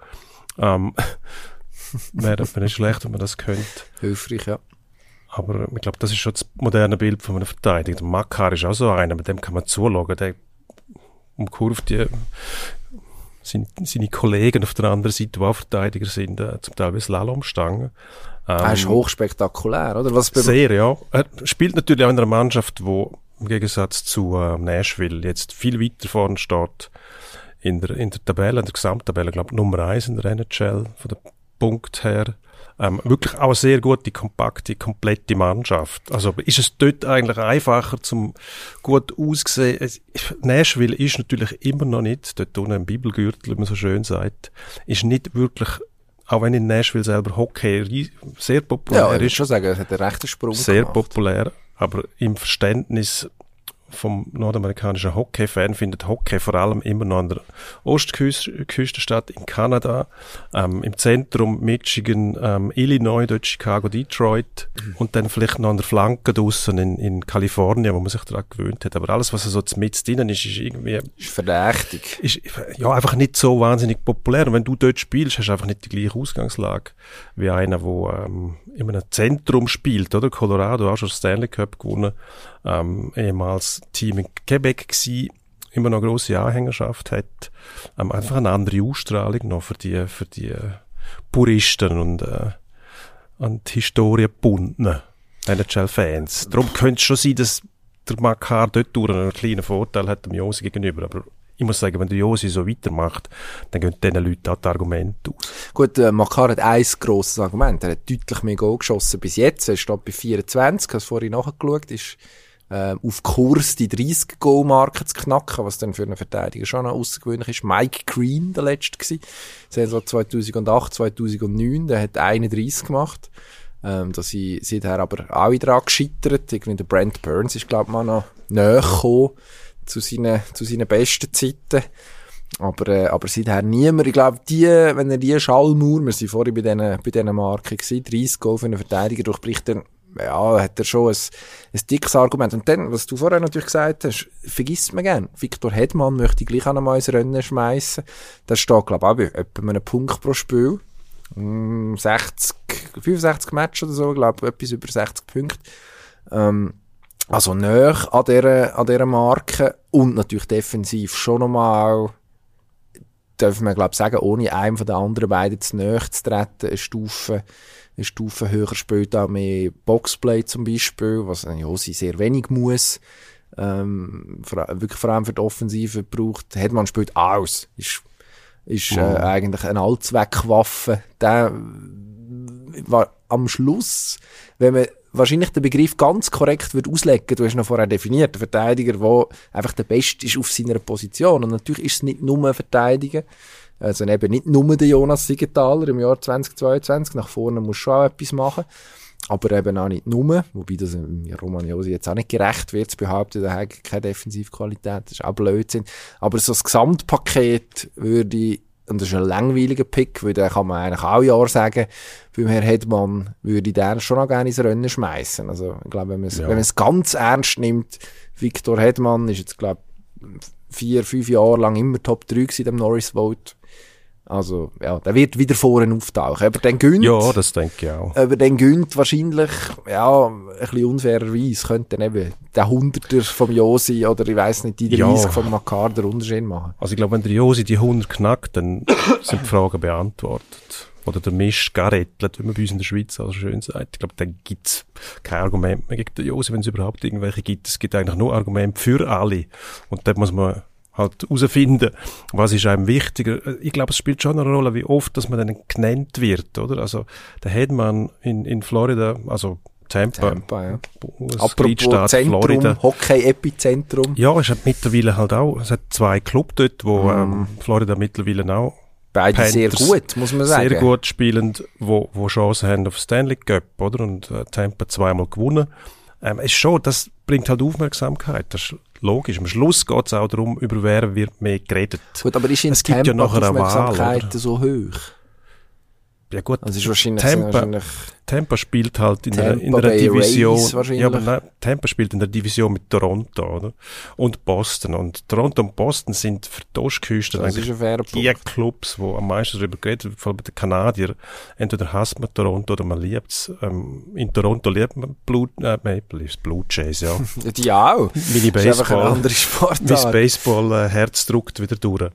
Wäre nicht schlecht, wenn man das könnte. Hilfreich, ja. Aber ich glaube, das ist schon das moderne Bild von einem Verteidiger. Der Makar ist auch so einer, mit dem kann man zuschauen. Der umkurvt seine Kollegen auf der anderen Seite, die auch Verteidiger sind, zum Teil wie Slalomstangen. Er ist hochspektakulär, oder? Sehr, ja. Er spielt natürlich auch in einer Mannschaft, die im Gegensatz zu Nashville jetzt viel weiter vorne steht in der Tabelle, in der Gesamttabelle, glaube ich, Nummer 1 in der NHL, von der Punkt her. Wirklich auch eine sehr gute, kompakte, komplette Mannschaft. Also ist es dort eigentlich einfacher zum gut aussehen. Nashville ist natürlich immer noch nicht, dort unten im Bibelgürtel, wie man so schön sagt, ist nicht wirklich, auch wenn in Nashville selber Hockey sehr populär ist. Ja, ich würde schon sagen, es hat einen rechten Sprung sehr gemacht. Populär, aber im Verständnis vom nordamerikanischen Hockey-Fan findet Hockey vor allem immer noch an der Ostküste statt, in Kanada, im Zentrum Michigan, Illinois, dort Chicago, Detroit und dann vielleicht noch an der Flanke draussen in Kalifornien, wo man sich daran gewöhnt hat. Aber alles, was so mit drinnen ist irgendwie... Ist verdächtig. Ist ja einfach nicht so wahnsinnig populär. Und wenn du dort spielst, hast du einfach nicht die gleiche Ausgangslage wie einer, der in einem Zentrum spielt, oder? Colorado, auch schon Stanley Cup gewonnen, ehemals Team in Quebec gsi, immer noch grosse Anhängerschaft hat, einfach eine andere Ausstrahlung noch für die Puristen und an die Historie gebundenen NHL-Fans. Darum könnte es schon sein, dass der Makar dort durch einen kleinen Vorteil hat dem Josi gegenüber, aber ich muss sagen, wenn der Josi so weitermacht, dann gehen diesen Leuten auch die Argumente aus. Gut, Makar hat ein grosses Argument. Er hat deutlich mehr Goal geschossen bis jetzt. Er steht bei 24, habe es vorhin nachgeschaut, ist auf Kurs die 30-Goal-Marke zu knacken, was dann für einen Verteidiger schon noch außergewöhnlich ist. Mike Green, der letzte gewesen. Saison 2008, 2009, der hat 31 gemacht. Da sind seither aber auch wieder angescheitert. Irgendwie der Brent Burns ist, glaube ich, mal noch näher gekommen zu seinen besten Zeiten. Aber seither niemand. Ich glaube, wenn er die Schallmauer, wir sind vorhin bei diesen Marken gewesen, 30 Goal für einen Verteidiger durchbricht, dann ja, hat er schon ein dickes Argument. Und dann, was du vorher natürlich gesagt hast, vergisst man gern. Victor Hedman möchte gleich auch noch mal ins Rennen schmeißen. Der steht, glaube ich, auch bei etwa einem Punkt pro Spiel. 65 Matches oder so, glaube ich, etwas über 60 Punkte. Also näher an dieser Marke. Und natürlich defensiv schon nochmal, dürfen wir, glaube ich, sagen, ohne einem von den anderen beiden zu nahe zu treten, eine Stufe höher, spielt auch mehr Boxplay zum Beispiel, was Josi sehr wenig muss, wirklich vor allem für die Offensive braucht. Hedman spielt aus, ist eigentlich eine Allzweckwaffe. Der war am Schluss, wenn man wahrscheinlich den Begriff ganz korrekt wird auslegen, du hast ihn vorher definiert, der Verteidiger, der einfach der Beste ist auf seiner Position. Und natürlich ist es nicht nur ein Verteidiger, also eben nicht nur der Jonas Siegenthaler im Jahr 2022, nach vorne muss schon auch etwas machen, aber eben auch nicht nur, wobei das Roman Josi jetzt auch nicht gerecht wird, zu behaupten, er hat keine Defensivqualität, das ist auch Blödsinn, aber so das Gesamtpaket würde, und das ist ein langweiliger Pick, weil da kann man eigentlich auch ja sagen, beim Herrn Hedman würde ich den schon noch gerne ins Rennen schmeißen. Also ich glaube, wenn man es ganz ernst nimmt, Victor Hedman ist jetzt, glaube ich, 4-5 Jahre lang immer Top 3 gewesen, dem Norris Vote. Also, ja, der wird wieder vorne auftauchen. Aber dann gönnt. Ja, das denke ich auch. Aber dann gönnt wahrscheinlich, ja, ein bisschen unfairerweise, könnte dann eben der 100er vom Josi oder ich weiss nicht, die 30 vom Makar den Unterschied machen. Also ich glaube, wenn der Josi die 100 knackt, dann sind die Fragen beantwortet. Oder der Mist gerettelt, wie man bei uns in der Schweiz also schön sagt. Ich glaube, dann gibt's kein Argument mehr gegen den Josi, wenn es überhaupt irgendwelche gibt. Es gibt eigentlich nur Argumente für alle. Und dort muss man halt herausfinden, was ist einem wichtiger. Ich glaube, es spielt schon eine Rolle, wie oft, dass man dann genannt wird, oder? Also, der Hedman in Florida, also Tampa ja. Apropos Zentrum, Florida. Hockey-Epizentrum. Ja, es hat mittlerweile halt auch, es hat 2 Clubs dort, wo Florida mittlerweile auch beide Panthers sehr gut, muss man sagen. Sehr gut spielend, wo Chancen haben auf Stanley Cup, oder? Und Tampa 2-mal gewonnen. Ist schon, das bringt halt Aufmerksamkeit. Das ist logisch. Am Schluss geht es auch darum, über wer wird mehr geredet. Gut, aber ist in es gibt Tampa ja nachher eine Aufmerksamkeit Wahl, so hoch? Ja gut, also ist wahrscheinlich Tampa spielt halt in der Division. Ja, aber nein, Tampa spielt in der Division mit Toronto, oder? Und Boston. Und Toronto und Boston sind für die Ostküste eigentlich die Clubs, die am meisten darüber geredet werden, vor allem bei den Kanadiern. Entweder hasst man Toronto oder man liebt es. In Toronto liebt man Blue Jays, ja. Die auch. Meine Baseball. Das ist einfach eine andere Sportart. Mein Baseball-Herz drückt wieder durch.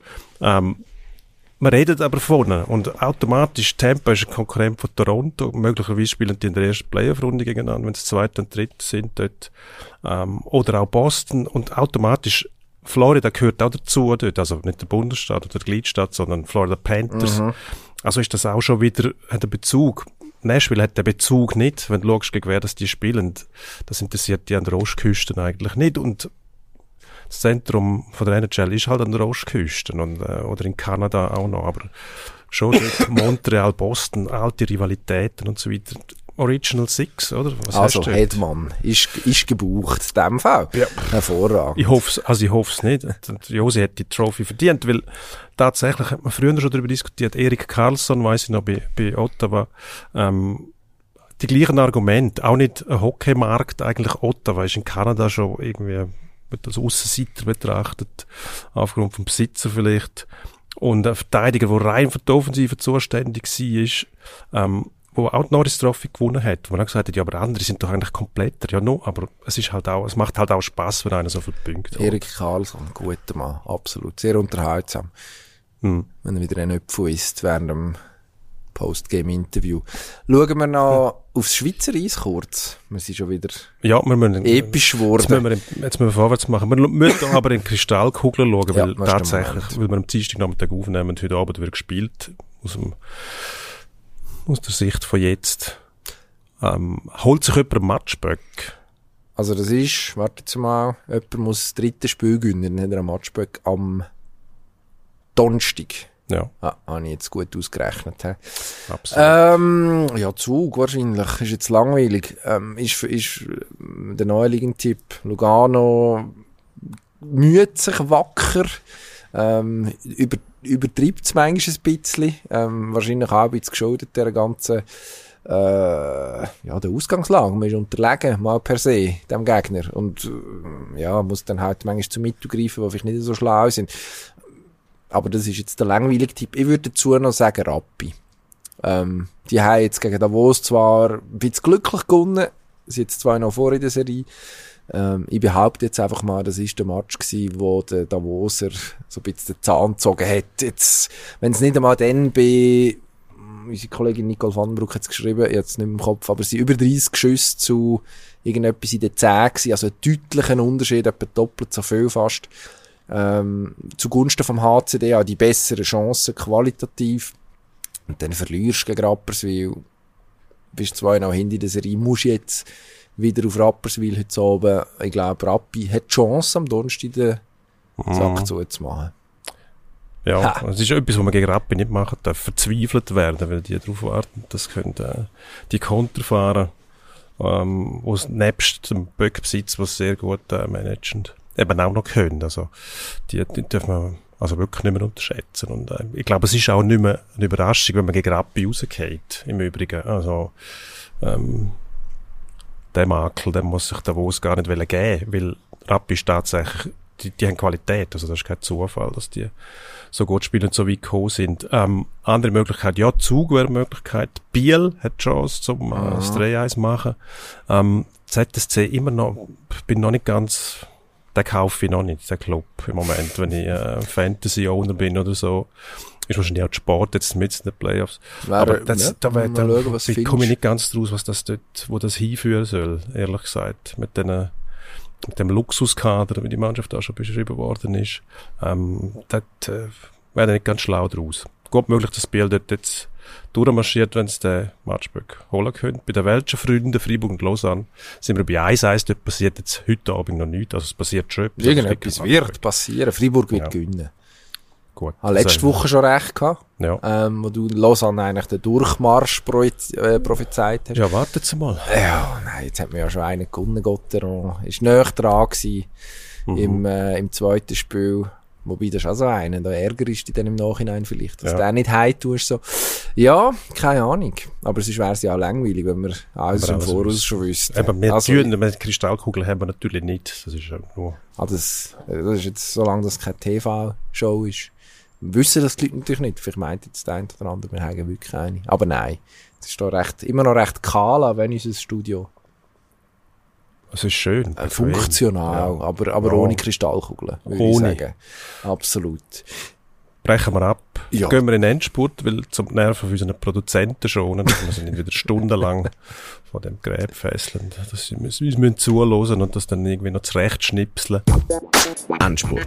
Man redet aber vorne und automatisch Tampa ist ein Konkurrent von Toronto. Möglicherweise spielen die in der ersten Playoff-Runde gegeneinander, wenn sie zweite und dritte sind dort. Oder auch Boston und automatisch Florida gehört auch dazu dort. Also nicht der Bundesstaat oder der Gliedstaat, sondern Florida Panthers. Also ist das auch schon wieder, hat einen Bezug. Nashville hat den Bezug nicht, wenn du schaust, gegen wer das die spielen. Das interessiert die an der Ostküste eigentlich nicht und das Zentrum von der NHL ist halt an der Ostküste und, oder in Kanada auch noch, aber schon dort Montreal, Boston, alte Rivalitäten und so weiter. Original Six, oder? Was also hast du Hedman ist gebucht, in dem Fall. Ja. Hervorragend. Ich hoffe es nicht. Josi hat die Trophy verdient, weil tatsächlich hat man früher schon darüber diskutiert, Erik Karlsson, weiss ich noch, bei Ottawa, die gleichen Argumente, auch nicht ein Hockeymarkt, eigentlich Ottawa ist in Kanada schon irgendwie wird als Aussenseiter betrachtet, aufgrund vom Besitzer vielleicht. Und ein Verteidiger, der rein für die Offensive zuständig war, wo auch die Norris Trophy gewonnen hat, wo er gesagt hat, ja, aber andere sind doch eigentlich kompletter. Ja, no, aber es macht halt auch Spass, wenn einer so viele Punkte hat. Erik Karlsson, guter Mann, absolut. Sehr unterhaltsam. Wenn er wieder ein Öpfel isst während dem Postgame-Interview. Schauen wir noch aufs Schweizer Eis kurz. Wir sind schon wieder wir müssen, episch geworden. Jetzt müssen wir vorwärts machen. Wir müssen aber in Kristallkugeln schauen, weil tatsächlich, weil wir am Dienstagnachmittag aufnehmen und heute Abend wird gespielt, aus der Sicht von jetzt, holt sich jemand einen Matchböck. Also das ist, warte jetzt mal, jemand muss das dritte Spiel gewinnen, dann hat er einen Matchböck am Donnerstag. Ja. Habe ich jetzt gut ausgerechnet. He. Absolut. Ja, Zug wahrscheinlich. Ist jetzt langweilig. Ist der neuliegende Tipp. Lugano müht sich wacker. Übertreibt es manchmal ein bisschen. Wahrscheinlich auch ein bisschen geschuldet der ganzen der Ausgangslage. Man ist unterlegen, mal per se, dem Gegner. Und muss dann halt manchmal zu Mittel greifen, die vielleicht nicht so schlau sind. Aber das ist jetzt der langweilige Tipp. Ich würde dazu noch sagen, Rappi. Die haben jetzt gegen Davos zwar ein bisschen glücklich gewonnen, sind jetzt 2 vor in der Serie. Ich behaupte jetzt einfach mal, das ist der Match gewesen, wo der Davoser so ein bisschen den Zahn gezogen hat. Jetzt, wenn es nicht einmal dann unsere Kollegin Nicole Vandenbruck hat es geschrieben, ich habe es nicht im Kopf, aber sie über 30 Schüsse zu irgendetwas in den 10 gewesen, also ein deutlicher Unterschied, etwa doppelt so viel fast. Zugunsten vom HCD auch die besseren Chancen qualitativ und dann verlierst du gegen Rapperswil, bist 2 noch hinter der Serie, musst jetzt wieder auf Rapperswil heute oben. Ich glaube, Rappi hat die Chance, am Donnerstag den Sack zuzumachen. Ja, es ist etwas, was man gegen Rappi nicht machen darf, verzweifelt werden, weil die darauf warten, das können die Konterfahrer, wo es nebst dem Böckbesitz, was sehr gut managen, eben auch noch können. Also, die dürfen wir also wirklich nicht mehr unterschätzen. Und ich glaube, es ist auch nicht mehr eine Überraschung, wenn man gegen Rappi rausgeht, im Übrigen. Also, der Makel, den muss sich Davos gar nicht geben, weil Rappi ist tatsächlich, die haben Qualität, also das ist kein Zufall, dass die so gut spielen und so weit gekommen sind. Andere Möglichkeit, Zug wäre eine Möglichkeit, Biel hat die Chance zum das 3-1 machen. ZSC immer noch, bin noch nicht ganz, den kaufe ich noch nicht, den Club im Moment, wenn ich Fantasy-Owner bin oder so. Ist wahrscheinlich auch Sport jetzt mit in den Playoffs. Aber da komme ich nicht ganz draus, was das dort, wo das hinführen soll, ehrlich gesagt. Mit dem Luxuskader, wie die Mannschaft auch schon beschrieben worden ist. Dort wäre nicht ganz schlau draus. Gut möglich, dass Biel dort jetzt durchmarschiert, wenn es den Matchböck holen können. Bei den welschen Freunden, Freiburg und Lausanne, sind wir bei 1-1. Dort passiert jetzt heute Abend noch nichts. Also es passiert schon etwas. Irgendetwas wird passieren. Freiburg wird gewinnen. Gut. Letzte Woche schon recht gehabt. Ja. Wo du Lausanne eigentlich den Durchmarsch prophezeit hast. Ja, wartet mal. Ja, nein, jetzt hat man ja schon einen gewonnen, Gotteron. Ist näher dran gewesen im zweiten Spiel. Wobei, das ist auch so einer. Da ärgerst du dich dann im Nachhinein vielleicht, dass du den nicht heim tust. So. Ja, keine Ahnung. Aber sonst wäre es ja auch langweilig, wenn wir alles im Voraus schon wüssten. Eben, wir Kristallkugeln haben wir natürlich nicht. Das ist ja nur... das ist jetzt, solange das keine TV-Show ist, wissen das die Leute natürlich nicht. Vielleicht meint jetzt der eine oder andere, wir haben wirklich eine. Aber nein, es ist da immer noch recht kahl, wenn unser Studio. Es ist schön. Funktional, aber ohne Kristallkugeln, würde ich sagen. Absolut. Brechen wir ab. Ja. Gehen wir in den Endspurt, weil zum Nerven von unseren Produzenten schonen, dass wir sie nicht wieder stundenlang von dem Gerät fesseln. Dass sie uns müssen zuhören und das dann irgendwie noch zurecht schnipseln. Endspurt.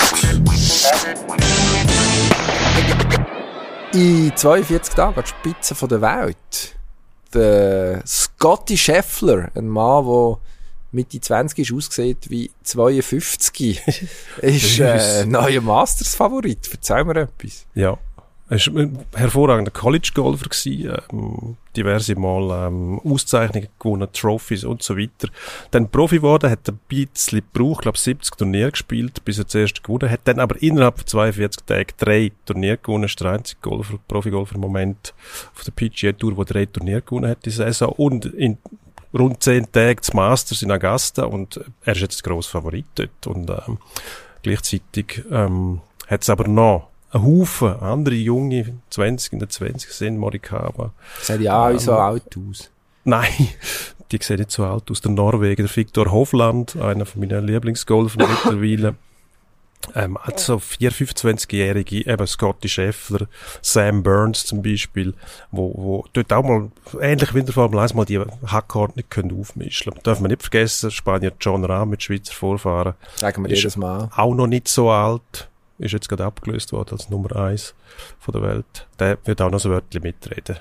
In 42 Tagen an die Spitze von der Welt. Der Scotty Scheffler, ein Mann, der Mitte 20 ist, aussieht wie 52, ist neuer Masters-Favorit. Erzähl mir etwas. Ja, er war ein hervorragender College-Golfer gewesen, diverse Mal Auszeichnungen gewonnen, Trophies und so weiter. Dann Profi geworden, hat ein bisschen gebraucht, glaube 70 Turniere gespielt, bis er das erste gewonnen hat. Dann aber innerhalb von 42 Tagen 3 Turniere gewonnen, ist der einzige Profi-Golfer im Moment auf der PGA Tour, der 3 Turniere gewonnen hat diese Saison. Und in rund 10 Tage das Masters in Augusta und er ist jetzt der grosse Favorit dort. Und gleichzeitig hat es aber noch einen Haufen andere junge, in der 20 sind, Morikawa. Sieht ja auch so alt aus. Nein, die sehen nicht so alt aus. Der Norweger, der Viktor Hovland, einer von meinen Lieblingsgolfern mittlerweile. Also 25-Jährige, eben Scotty Scheffler, Sam Burns zum Beispiel, wo dort auch mal, ähnlich wie in der Formel 1, mal die Hackordnung können aufmischen. Darf man nicht vergessen, Spanier John Rahm mit Schweizer Vorfahren. Sagen wir jedes Mal. Auch noch nicht so alt. Ist jetzt gerade abgelöst worden als Nummer 1 von der Welt. Der wird auch noch so ein Wörtchen mitreden.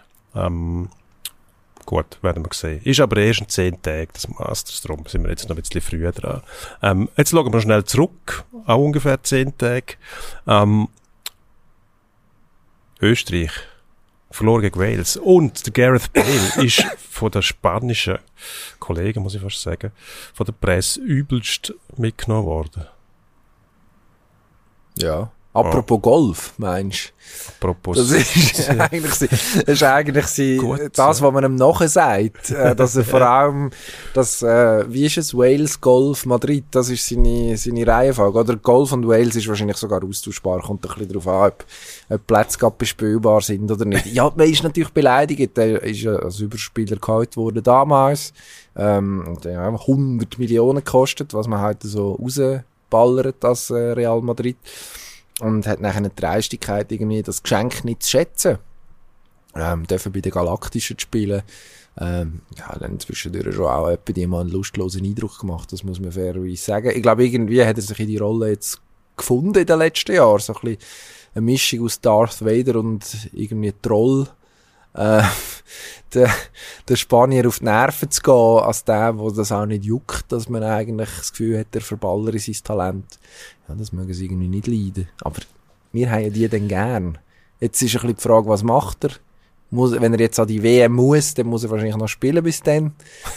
Gut, werden wir sehen. Ist aber erst in 10 Tagen das Masters, darum sind wir jetzt noch ein bisschen früher dran. Jetzt schauen wir schnell zurück, auch ungefähr 10 Tage. Österreich verlor gegen Wales und der Gareth Bale ist von der spanischen Kollegen, muss ich fast sagen, von der Presse übelst mitgenommen worden. Ja. Apropos Golf, meinst du? Apropos. Das ist eigentlich Gut, das, was man ihm nachher sagt. Dass er vor allem, wie ist es? Wales, Golf, Madrid, das ist seine Reihenfolge. Oder Golf und Wales ist wahrscheinlich sogar austauschbar. Kommt ein bisschen darauf an, ob Plätze gerade bespielbar sind oder nicht. Ja, man ist natürlich beleidigt. Er ist ja als Überspieler gehalten worden damals. Und der hat 100 Millionen gekostet, was man halt so rausballert als Real Madrid. Und hat nachher eine Dreistigkeit, irgendwie das Geschenk nicht zu schätzen. Dürfen bei den Galaktischen spielen. Ja, dann zwischendurch schon auch etwa die mal einen lustlosen Eindruck gemacht, das muss man fairerweise sagen. Ich glaube, irgendwie hat er sich in die Rolle jetzt gefunden in den letzten Jahren. So ein bisschen eine Mischung aus Darth Vader und irgendwie Troll. Der Spanier auf die Nerven zu gehen, als der, wo das auch nicht juckt, dass man eigentlich das Gefühl hat, der verballere sein Talent. Ja, das mögen sie irgendwie nicht leiden. Aber wir haben ja die dann gern. Jetzt ist ein bisschen die Frage, was macht er? Wenn er jetzt an die WM muss, dann muss er wahrscheinlich noch spielen bis dann.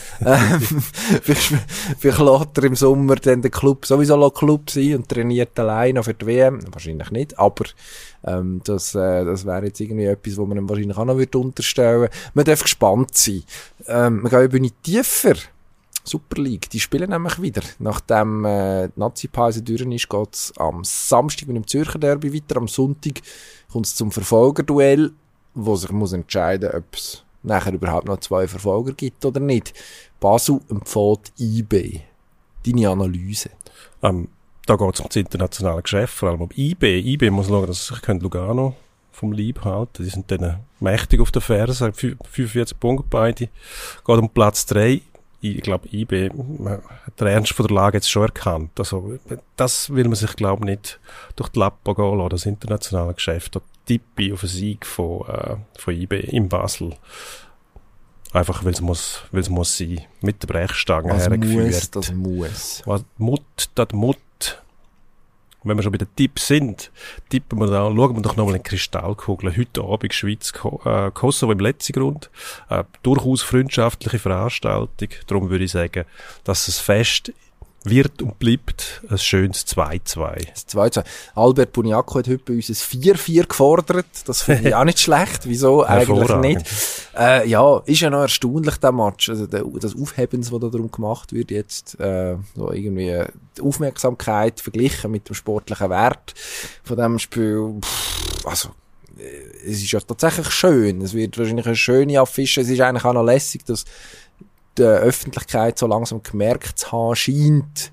Vielleicht lässt er im Sommer dann den Club sowieso Club sein und trainiert alleine für die WM. Wahrscheinlich nicht, aber das wäre jetzt irgendwie etwas, wo man ihm wahrscheinlich auch noch unterstellen würde. Man darf gespannt sein. Wir gehen über nicht tiefer. Super League, die spielen nämlich wieder. Nachdem die Nazi-Pause durch ist, geht es am Samstag mit dem Zürcher Derby weiter. Am Sonntag kommt es zum Verfolgerduell, wo sich muss entscheiden, ob es nachher überhaupt noch 2 Verfolger gibt oder nicht. Basel empfiehlt IB. Deine Analyse? Da geht es um das internationale Geschäft, vor allem um IB. IB muss schauen, dass sich Lugano vom Leib halten. Die sind dann mächtig auf der Ferse, 45 Punkte beide. Geht um Platz 3. Ich glaube, IB hat den Ernst von der Lage jetzt schon erkannt. Also, das will man sich, glaube ich, nicht durch die Lappen gehen lassen, das internationale Geschäft. Da tippe ich auf einen Sieg von IB in Basel. Einfach, weil es muss sein. Mit der Brechstange hergeführt. Das muss. Was Mut. Wenn wir schon bei den Tipps sind, schauen wir doch nochmal in die Kristallkugel. Heute Abend Schweiz, Kosovo im letzten Grund. Durchaus freundschaftliche Veranstaltung. Darum würde ich sagen, dass es fest wird und bleibt ein schönes 2-2. Das 2-2. Albert Buniaco hat heute bei uns ein 4-4 gefordert. Das finde ich auch nicht schlecht. Wieso? Eigentlich nicht. Ja, ist ja noch erstaunlich, der Match. Also das Aufhebens, das da darum gemacht wird, jetzt so irgendwie die Aufmerksamkeit verglichen mit dem sportlichen Wert von dem Spiel. Also, es ist ja tatsächlich schön. Es wird wahrscheinlich eine schöne Affische. Es ist eigentlich auch noch lässig, dass die Öffentlichkeit so langsam gemerkt zu haben scheint,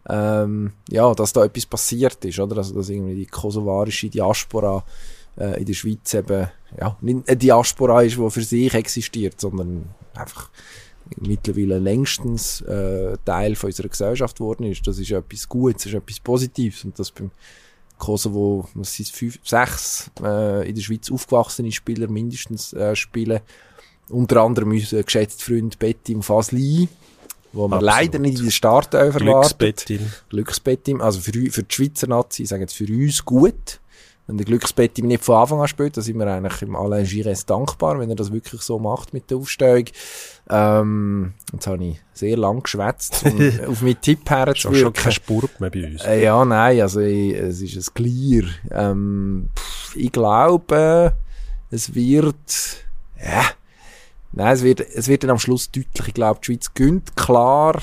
ja, dass da etwas passiert ist, oder? Also, dass irgendwie die kosovarische Diaspora in der Schweiz eben, ja, nicht eine Diaspora ist, die für sich existiert, sondern einfach mittlerweile längstens Teil von unserer Gesellschaft geworden ist. Das ist etwas Gutes, das ist etwas Positives. Und das beim Kosovo, was sind 6 in der Schweiz aufgewachsene Spieler mindestens spielen. Unter anderem unser geschätzter Freund Bettim Fasli, wo man leider nicht in der Startelf erwartet. Glücksbettim. Also für die Schweizer Nazi, ich sage jetzt für uns gut. Wenn der Glücksbettim nicht von Anfang an spielt, dann sind wir eigentlich im Alain Giresse dankbar, wenn er das wirklich so macht mit der Aufstellung. Jetzt habe ich sehr lang geschwätzt, um auf meinen Tipp herzuwirken. Schon kein Spurt mehr bei uns. Ja, nein, also es ist ein Clear. Ich glaube, es wird, ja, nein, es wird dann am Schluss deutlich. Ich glaube, die Schweiz gönnt klar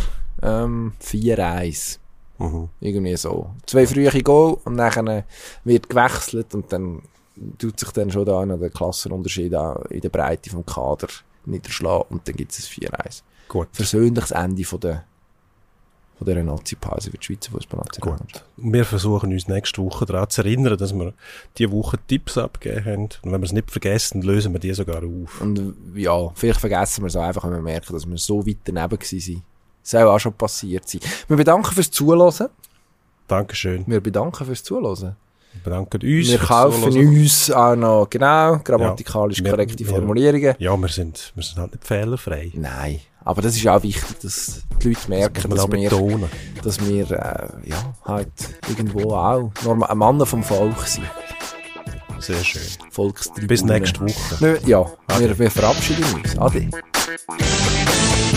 4-1. Irgendwie so. 2 frühe Goal und dann wird gewechselt und dann tut sich dann schon da noch der Klassenunterschied in der Breite vom Kader niederschlagen und dann gibt es ein 4-1. Gut. Versöhnliches Ende von der von dieser Nazi-Pause für die Schweizer Fußballnationalmannschaft. Und wir versuchen uns nächste Woche daran zu erinnern, dass wir diese Woche Tipps abgegeben haben. Und wenn wir es nicht vergessen, lösen wir die sogar auf. Und ja, vielleicht vergessen wir es auch einfach, wenn wir merken, dass wir so weit daneben waren. Das soll auch schon passiert sein. Wir bedanken fürs Zuhören. Dankeschön. Wir bedanken fürs Zuhören. Wir bedanken uns. Wir kaufen uns auch noch, genau, grammatikalisch korrekte Formulierungen. Ja, wir sind halt nicht fehlerfrei. Nein, aber das ist auch wichtig, dass die Leute merken, dass wir halt irgendwo auch ein Mann vom Volk sind. Sehr schön. Volkstribüne. Bis nächste Woche. Wir verabschieden uns. Ade.